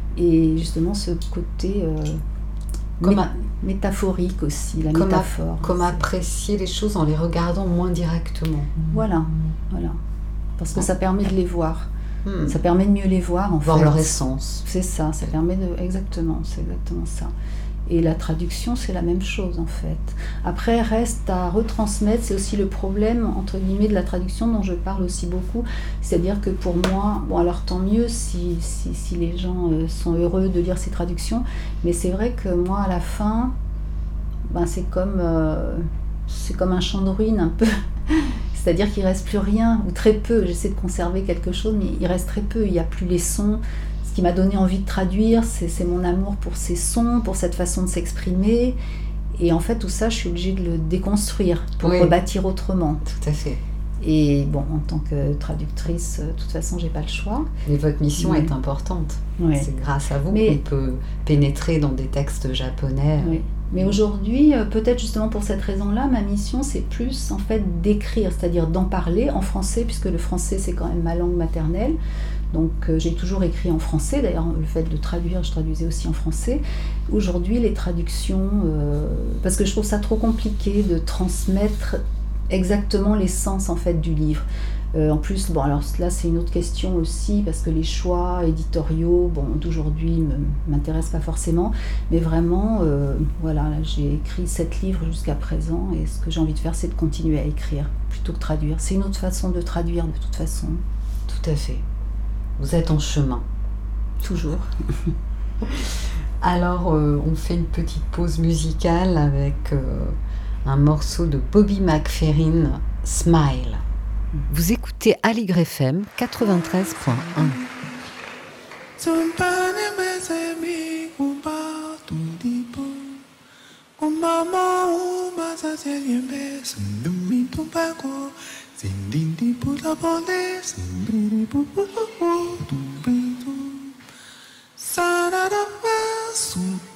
E: et justement ce côté euh,
C: comme
E: mé-
C: un,
E: métaphorique aussi, la
C: comme
E: métaphore.
C: A, comme apprécier les choses en les regardant moins directement.
E: Voilà, voilà. Parce que ça permet de les voir.
C: Hmm.
E: Ça permet de mieux les voir en
C: voir
E: fait.
C: leur essence.
E: C'est ça, ça permet de... Exactement, c'est exactement ça. Et la traduction, c'est la même chose en fait. Après, reste à retransmettre, c'est aussi le problème, entre guillemets, de la traduction dont je parle aussi beaucoup. C'est-à-dire que pour moi, bon alors tant mieux si, si, si les gens euh, sont heureux de lire ces traductions, mais c'est vrai que moi, à la fin, ben, c'est comme, euh, c'est comme un champ de ruines un peu. C'est-à-dire qu'il ne reste plus rien, ou très peu. J'essaie de conserver quelque chose, mais il reste très peu. Il n'y a plus les sons. Ce qui m'a donné envie de traduire, c'est, c'est mon amour pour ces sons, pour cette façon de s'exprimer. Et en fait, tout ça, je suis obligée de le déconstruire pour oui. rebâtir autrement.
C: Tout à fait.
E: Et bon, en tant que traductrice, de toute façon, j'ai pas le choix.
C: Mais votre mission
E: oui.
C: est importante.
E: Oui.
C: C'est grâce à vous
E: Mais,
C: qu'on peut pénétrer dans des textes japonais.
E: Oui. Mais aujourd'hui, peut-être justement pour cette raison-là, ma mission, c'est plus en fait d'écrire, c'est-à-dire d'en parler en français, puisque le français, c'est quand même ma langue maternelle. Donc euh, j'ai toujours écrit en français, d'ailleurs le fait de traduire, je traduisais aussi en français. Aujourd'hui les traductions, euh, parce que je trouve ça trop compliqué de transmettre exactement l'essence en fait du livre. Euh, en plus, bon alors là c'est une autre question aussi, parce que les choix éditoriaux, bon d'aujourd'hui ne m'intéressent pas forcément, mais vraiment, euh, voilà, là, j'ai écrit sept livres jusqu'à présent, et ce que j'ai envie de faire c'est de continuer à écrire, plutôt que traduire. C'est une autre façon de traduire de toute façon.
C: Tout à fait. Vous êtes en chemin.
E: Toujours.
C: Alors, euh, on fait une petite pause musicale avec euh, un morceau de Bobby McFerrin, Smile. Vous écoutez Aligre F M quatre-vingt-treize point un.
F: Sindindi puta pole, sindindi puta pole, tu bitu. Sarada pasu,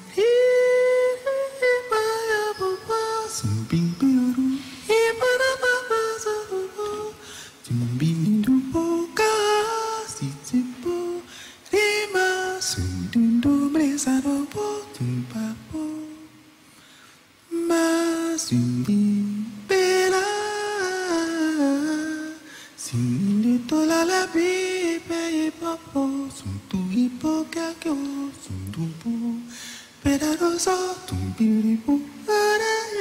F: hiri maya papa, sumping biru, hibara papa sarubo, jimbini dupo kasi cipo, rima sundundu mresarobo, tumpapo, masundin bela. Tola la bibe papo, suntu hipokakyo, suntu pu, pedaroso, tumpiripu, ara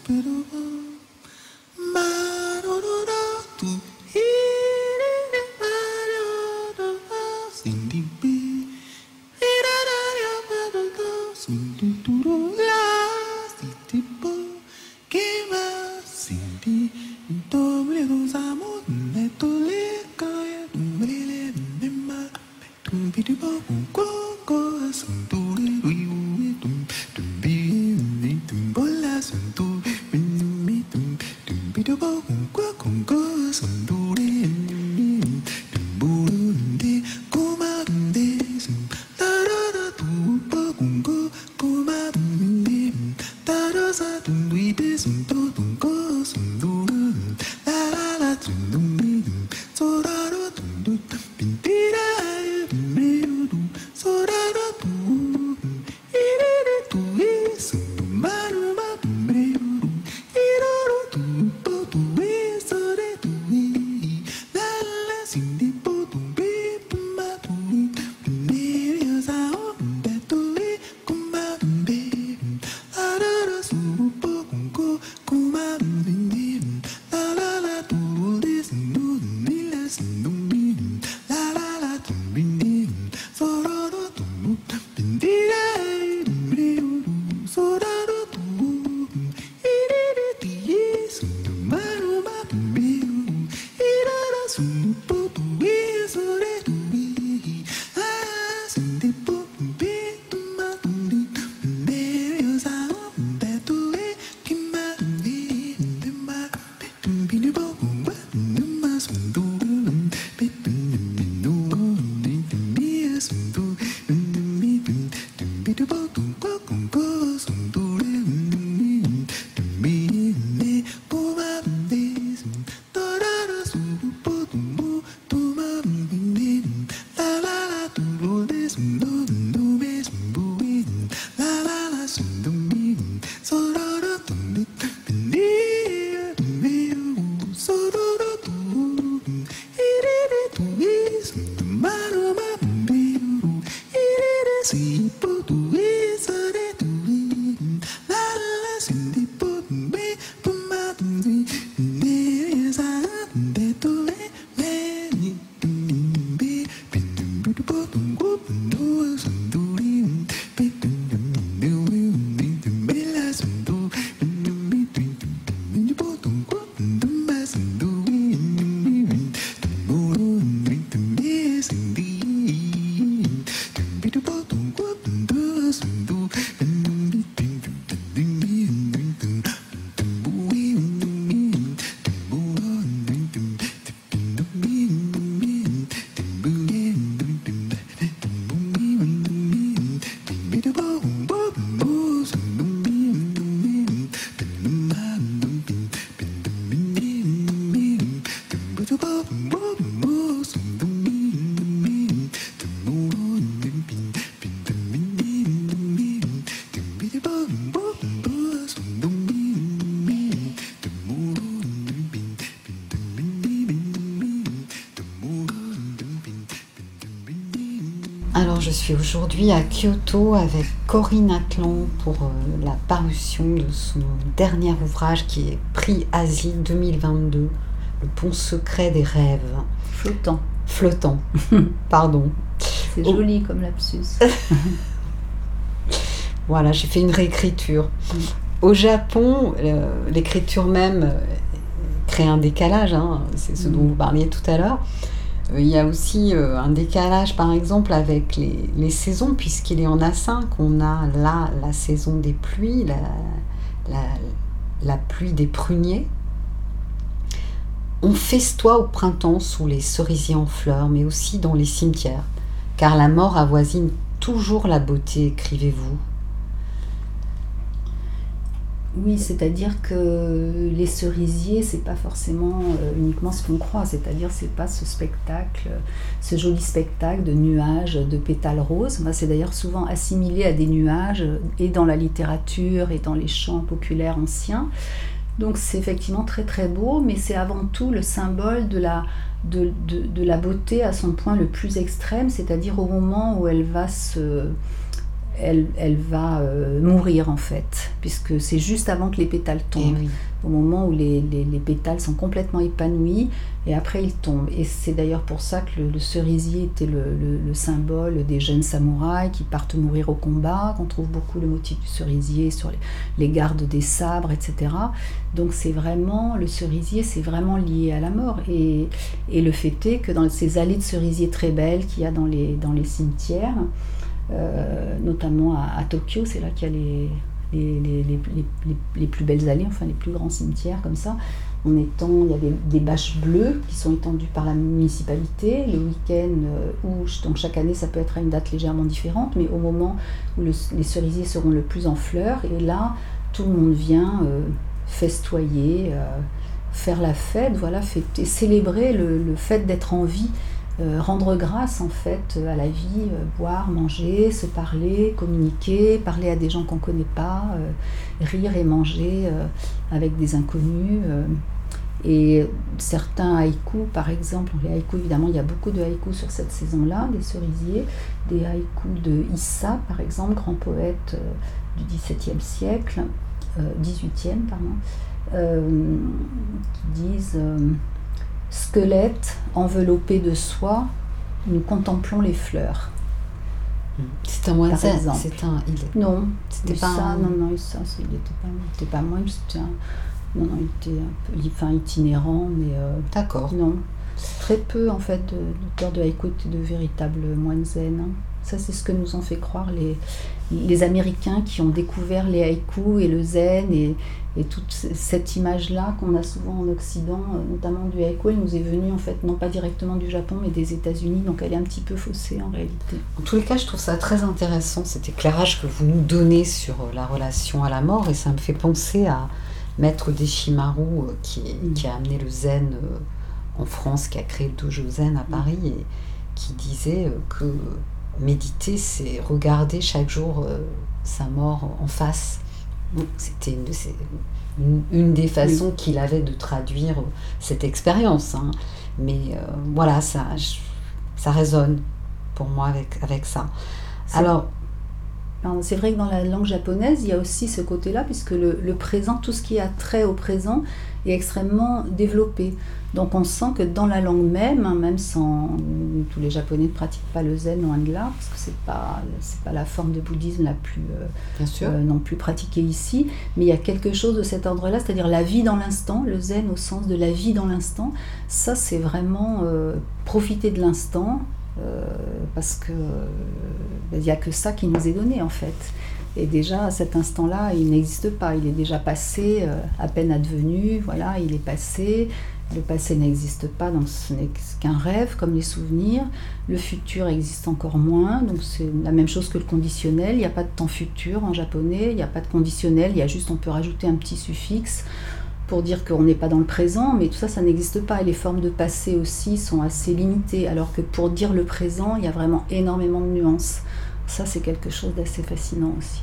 C: Alors je suis aujourd'hui à Kyoto avec Corinne Atlan pour euh, la parution de son dernier ouvrage qui est Prix Asie deux mille vingt-deux, Le pont secret des rêves.
E: Flottant.
C: Flottant, pardon.
E: C'est joli oh. comme lapsus.
C: Voilà, j'ai fait une réécriture. Mm. Au Japon, euh, l'écriture même euh, crée un décalage, hein, c'est ce mm. dont vous parliez tout à l'heure. Il y a aussi euh, un décalage, par exemple, avec les, les saisons, puisqu'il est en A cinq. On a là la saison des pluies, la, la, la pluie des pruniers. On festoie au printemps sous les cerisiers en fleurs, mais aussi dans les cimetières, car la mort avoisine toujours la beauté, écrivez-vous.
E: Oui, c'est-à-dire que les cerisiers, c'est pas forcément euh, uniquement ce qu'on croit, c'est-à-dire c'est pas ce spectacle, ce joli spectacle de nuages, de pétales roses. Moi, c'est d'ailleurs souvent assimilé à des nuages, et dans la littérature, et dans les chants populaires anciens. Donc c'est effectivement très très beau, mais c'est avant tout le symbole de la, de, de, de la beauté à son point le plus extrême, c'est-à-dire au moment où elle va se... elle, elle va euh, mourir en fait, puisque c'est juste avant que les pétales tombent,
C: oui.
E: au moment où les, les, les pétales sont complètement épanouis, et après ils tombent. Et c'est d'ailleurs pour ça que le, le cerisier était le, le, le symbole des jeunes samouraïs qui partent mourir au combat, qu'on trouve beaucoup le motif du cerisier sur les, les gardes des sabres, et cetera. Donc c'est vraiment, le cerisier, c'est vraiment lié à la mort. Et, et le fait est que dans ces allées de cerisier très belles qu'il y a dans les, dans les cimetières, euh, notamment à, à Tokyo, c'est là qu'il y a les, les, les, les, les, les plus belles allées, enfin les plus grands cimetières comme ça. On étend, il y a des, des bâches bleues qui sont étendues par la municipalité le week-end, euh, où donc chaque année ça peut être à une date légèrement différente, mais au moment où le, les cerisiers seront le plus en fleurs, et là tout le monde vient euh, festoyer, euh, faire la fête, voilà, fêter, célébrer le, le fait d'être en vie, euh, rendre grâce en fait à la vie, euh, boire, manger, se parler, communiquer, parler à des gens qu'on ne connaît pas, euh, rire et manger euh, avec des inconnus. Euh, et certains haïkus, par exemple, les haïkus, évidemment, il y a beaucoup de haïkus sur cette saison-là, des cerisiers, des haïkus de Issa, par exemple, grand poète euh, du dix-septième siècle, euh, dix-huitième, pardon, euh, qui disent euh, « Squelette enveloppé de soie, nous contemplons les fleurs ».
C: C'est un moine zen,
E: exemple.
C: c'est un... Il est...
E: Non,
C: C'était
E: Issa,
C: pas un...
E: non, non, Issa, il n'était pas, il était pas moine, c'était un... Non, non, il était un peu enfin, itinérant, mais... Euh,
C: D'accord.
E: non, très peu, en fait, d'auteurs de haïku étaient de véritables moines zen. Hein. Ça, c'est ce que nous ont fait croire les, les Américains qui ont découvert les haïkus et le zen, et, et toute cette image-là qu'on a souvent en Occident, notamment du haïku, elle nous est venue, en fait, non pas directement du Japon, mais des États-Unis, donc elle est un petit peu faussée, en réalité.
C: En tous les cas, je trouve ça très intéressant, cet éclairage que vous nous donnez sur la relation à la mort, et ça me fait penser à Maître Deshimaru, qui, mmh. qui a amené le zen en France, qui a créé le dojo zen à Paris, mmh. et qui disait que méditer, c'est regarder chaque jour euh, sa mort en face. C'était une, de ces, une, une des façons oui. qu'il avait de traduire cette expérience. Hein. Mais euh, voilà, ça, je, ça résonne pour moi avec, avec ça.
E: C'est,
C: Alors,
E: c'est vrai que dans la langue japonaise, il y a aussi ce côté-là, puisque le, le présent, tout ce qui a trait au présent, est extrêmement développé. Donc on sent que dans la langue même, hein, même sans... Tous les Japonais ne pratiquent pas le zen, loin de là, parce que c'est pas, c'est pas la forme de bouddhisme la plus... Euh,
C: Bien sûr.
E: Euh, non plus pratiquée ici, mais il y a quelque chose de cet ordre-là, c'est-à-dire la vie dans l'instant, le zen au sens de la vie dans l'instant. Ça, c'est vraiment euh, profiter de l'instant, euh, parce que il n'y a que ça qui nous est donné, en fait. Et déjà, à cet instant-là, il n'existe pas. Il est déjà passé, euh, à peine advenu, voilà, il est passé. Le passé n'existe pas, donc ce n'est qu'un rêve, comme les souvenirs. Le futur existe encore moins, donc c'est la même chose que le conditionnel. Il n'y a pas de temps futur en japonais, il n'y a pas de conditionnel, il y a juste, on peut rajouter un petit suffixe pour dire qu'on n'est pas dans le présent, mais tout ça, ça n'existe pas. Et les formes de passé aussi sont assez limitées, alors que pour dire le présent, il y a vraiment énormément de nuances. Ça, c'est quelque chose d'assez fascinant aussi.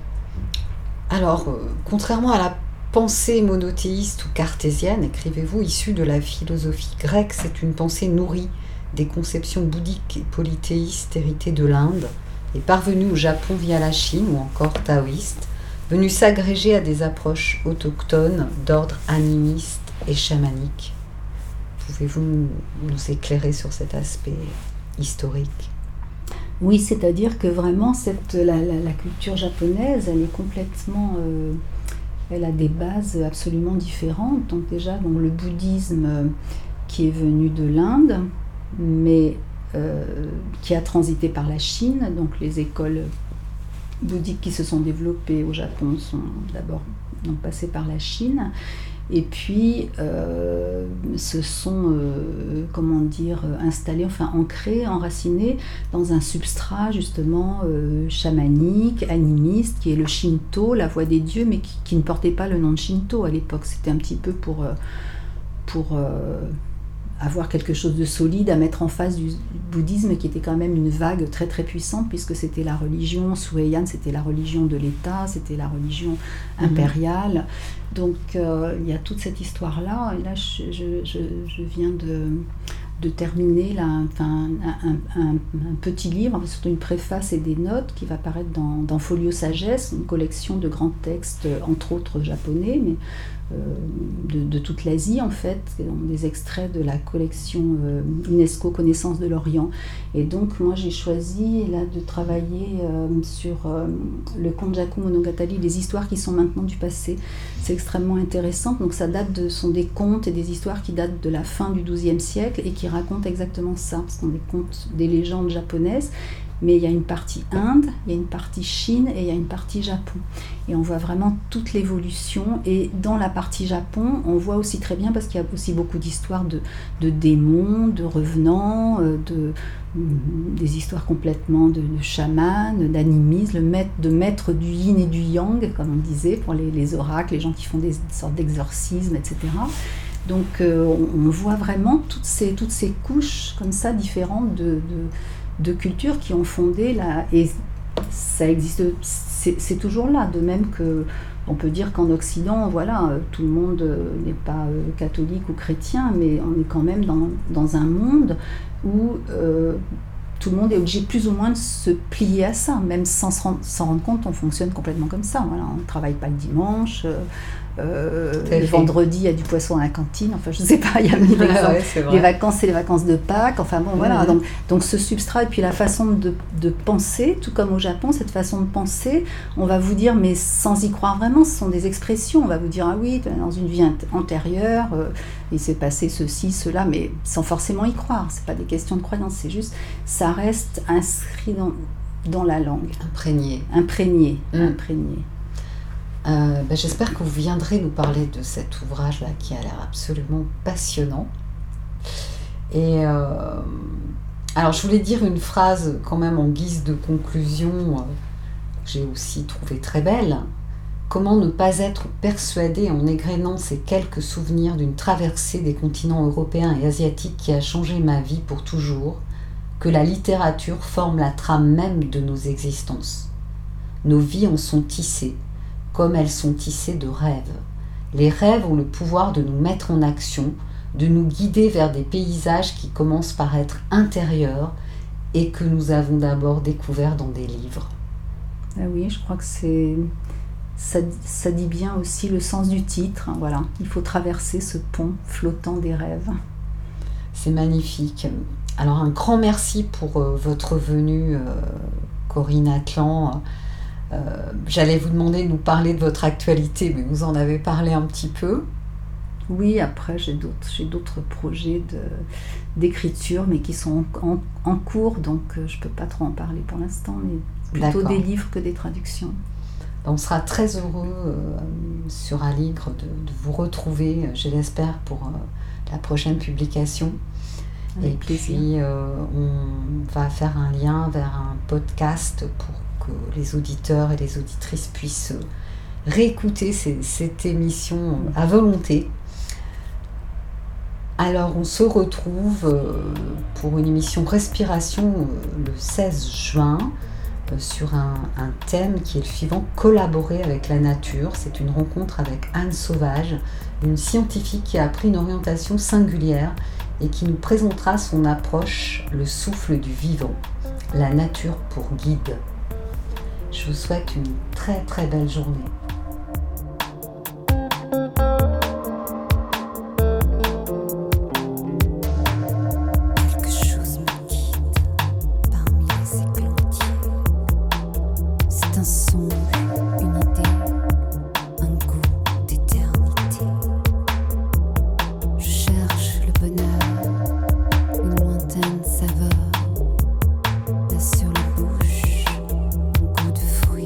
C: Alors, euh, contrairement à la pensée monothéiste ou cartésienne, écrivez-vous, issue de la philosophie grecque, c'est une pensée nourrie des conceptions bouddhiques et polythéistes héritées de l'Inde et parvenue au Japon via la Chine ou encore taoïste, venue s'agréger à des approches autochtones d'ordre animiste et chamanique. Pouvez-vous nous éclairer sur cet aspect historique ?
E: Oui, c'est-à-dire que vraiment, cette, la, la, la culture japonaise, elle est complètement... Euh, elle a des bases absolument différentes. Donc déjà, donc, le bouddhisme euh, qui est venu de l'Inde, mais euh, qui a transité par la Chine. Donc les écoles bouddhiques qui se sont développées au Japon sont d'abord donc, passées par la Chine. Et puis, euh, se sont, euh, comment dire, installés, enfin ancrés, enracinés dans un substrat justement euh, chamanique, animiste, qui est le Shinto, la voie des dieux, mais qui, qui ne portait pas le nom de Shinto à l'époque. C'était un petit peu pour, euh, pour euh, avoir quelque chose de solide à mettre en face du bouddhisme, qui était quand même une vague très très puissante, puisque c'était la religion Sueyan, c'était la religion de l'État, c'était la religion impériale. Mmh. Donc euh, il y a toute cette histoire-là, et là je, je, je, je viens de, de terminer là, enfin, un, un, un petit livre, surtout une préface et des notes qui va paraître dans, dans Folio Sagesse, une collection de grands textes, entre autres japonais, mais euh, de, de toute l'Asie en fait, des extraits de la collection euh, UNESCO Connaissance de l'Orient. Et donc moi j'ai choisi là de travailler euh, sur euh, le Konjaku Monogatari, les histoires qui sont maintenant du passé. C'est extrêmement intéressant, donc ça date de, sont des contes et des histoires qui datent de la fin du douzième siècle et qui racontent exactement ça, parce qu'on des contes, des légendes japonaises, mais il y a une partie Inde, il y a une partie Chine et il y a une partie Japon. Et on voit vraiment toute l'évolution. Et dans la partie Japon, on voit aussi très bien, parce qu'il y a aussi beaucoup d'histoires de, de démons, de revenants, de, des histoires complètement de, de chamans, d'animisme, le maître, de maître du yin et du yang, comme on disait, pour les, les oracles, les gens qui font des sortes d'exorcismes, et cetera. Donc euh, on, on voit vraiment toutes ces, toutes ces couches comme ça différentes de, de, de cultures qui ont fondé la... Et ça existe, c'est, c'est toujours là, de même que on peut dire qu'en Occident, voilà, tout le monde n'est pas catholique ou chrétien, mais on est quand même dans, dans un monde où euh, tout le monde est obligé plus ou moins de se plier à ça, même sans se rendre, s'en rendre compte, on fonctionne complètement comme ça. Voilà, on ne travaille pas le dimanche, euh, euh, le vendredi il y a du poisson à la cantine, enfin je ne sais pas, il y a mille exemples. Ouais, les vacances c'est les vacances de Pâques, enfin bon voilà, mmh. donc, donc ce substrat et puis la façon de, de penser, tout comme au Japon, cette façon de penser, on va vous dire, mais sans y croire vraiment, ce sont des expressions, on va vous dire ah oui, dans une vie antérieure, euh, il s'est passé ceci, cela, mais sans forcément y croire, c'est pas des questions de croyance, c'est juste, ça reste inscrit dans, dans la langue.
C: Imprégné.
E: Imprégné,
C: mmh.
E: imprégné.
C: Euh, ben j'espère que vous viendrez nous parler de cet ouvrage-là qui a l'air absolument passionnant. Et euh, alors je voulais dire une phrase quand même en guise de conclusion, euh, que j'ai aussi trouvée très belle. Comment ne pas être persuadé en égrénant ces quelques souvenirs d'une traversée des continents européens et asiatiques qui a changé ma vie pour toujours, que la littérature forme la trame même de nos existences. Nos vies en sont tissées, comme elles sont tissées de rêves. Les rêves ont le pouvoir de nous mettre en action, de nous guider vers des paysages qui commencent par être intérieurs et que nous avons d'abord découverts dans des livres.
E: Ah oui, je crois que c'est... Ça, ça dit bien aussi le sens du titre. Hein, voilà. Il faut traverser ce pont flottant des rêves.
C: C'est magnifique. Alors un grand merci pour euh, votre venue, euh, Corinne Atlan. Euh, j'allais vous demander de nous parler de votre actualité, mais vous en avez parlé un petit peu.
E: Oui, après j'ai d'autres, j'ai d'autres projets de, d'écriture, mais qui sont en, en, en cours, donc euh, je ne peux pas trop en parler pour l'instant, mais plutôt D'accord. des livres que des traductions.
C: On sera très heureux euh, sur Aligre de, de vous retrouver, je l'espère, pour euh, la prochaine publication. Avec Et plaisir. Puis euh, on va faire un lien vers un podcast pour que les auditeurs et les auditrices puissent réécouter ces, cette émission à volonté. Alors on se retrouve pour une émission Respiration le seize juin sur un, un thème qui est le suivant, collaborer avec la nature. C'est une rencontre avec Anne Sauvage, une scientifique qui a pris une orientation singulière et qui nous présentera son approche, le souffle du vivant, la nature pour guide. Je vous souhaite une très très belle journée.
B: Quelque chose me guide parmi les églantiers. C'est un songe, une idée, un goût d'éternité. Je cherche le bonheur, une lointaine saveur. Là sur la bouche, un goût de fruits.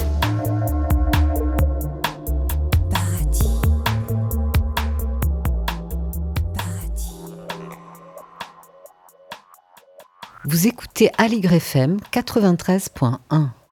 B: Paradis. Paradis.
C: Vous écoutez Aligre F M quatre-vingt-treize point un.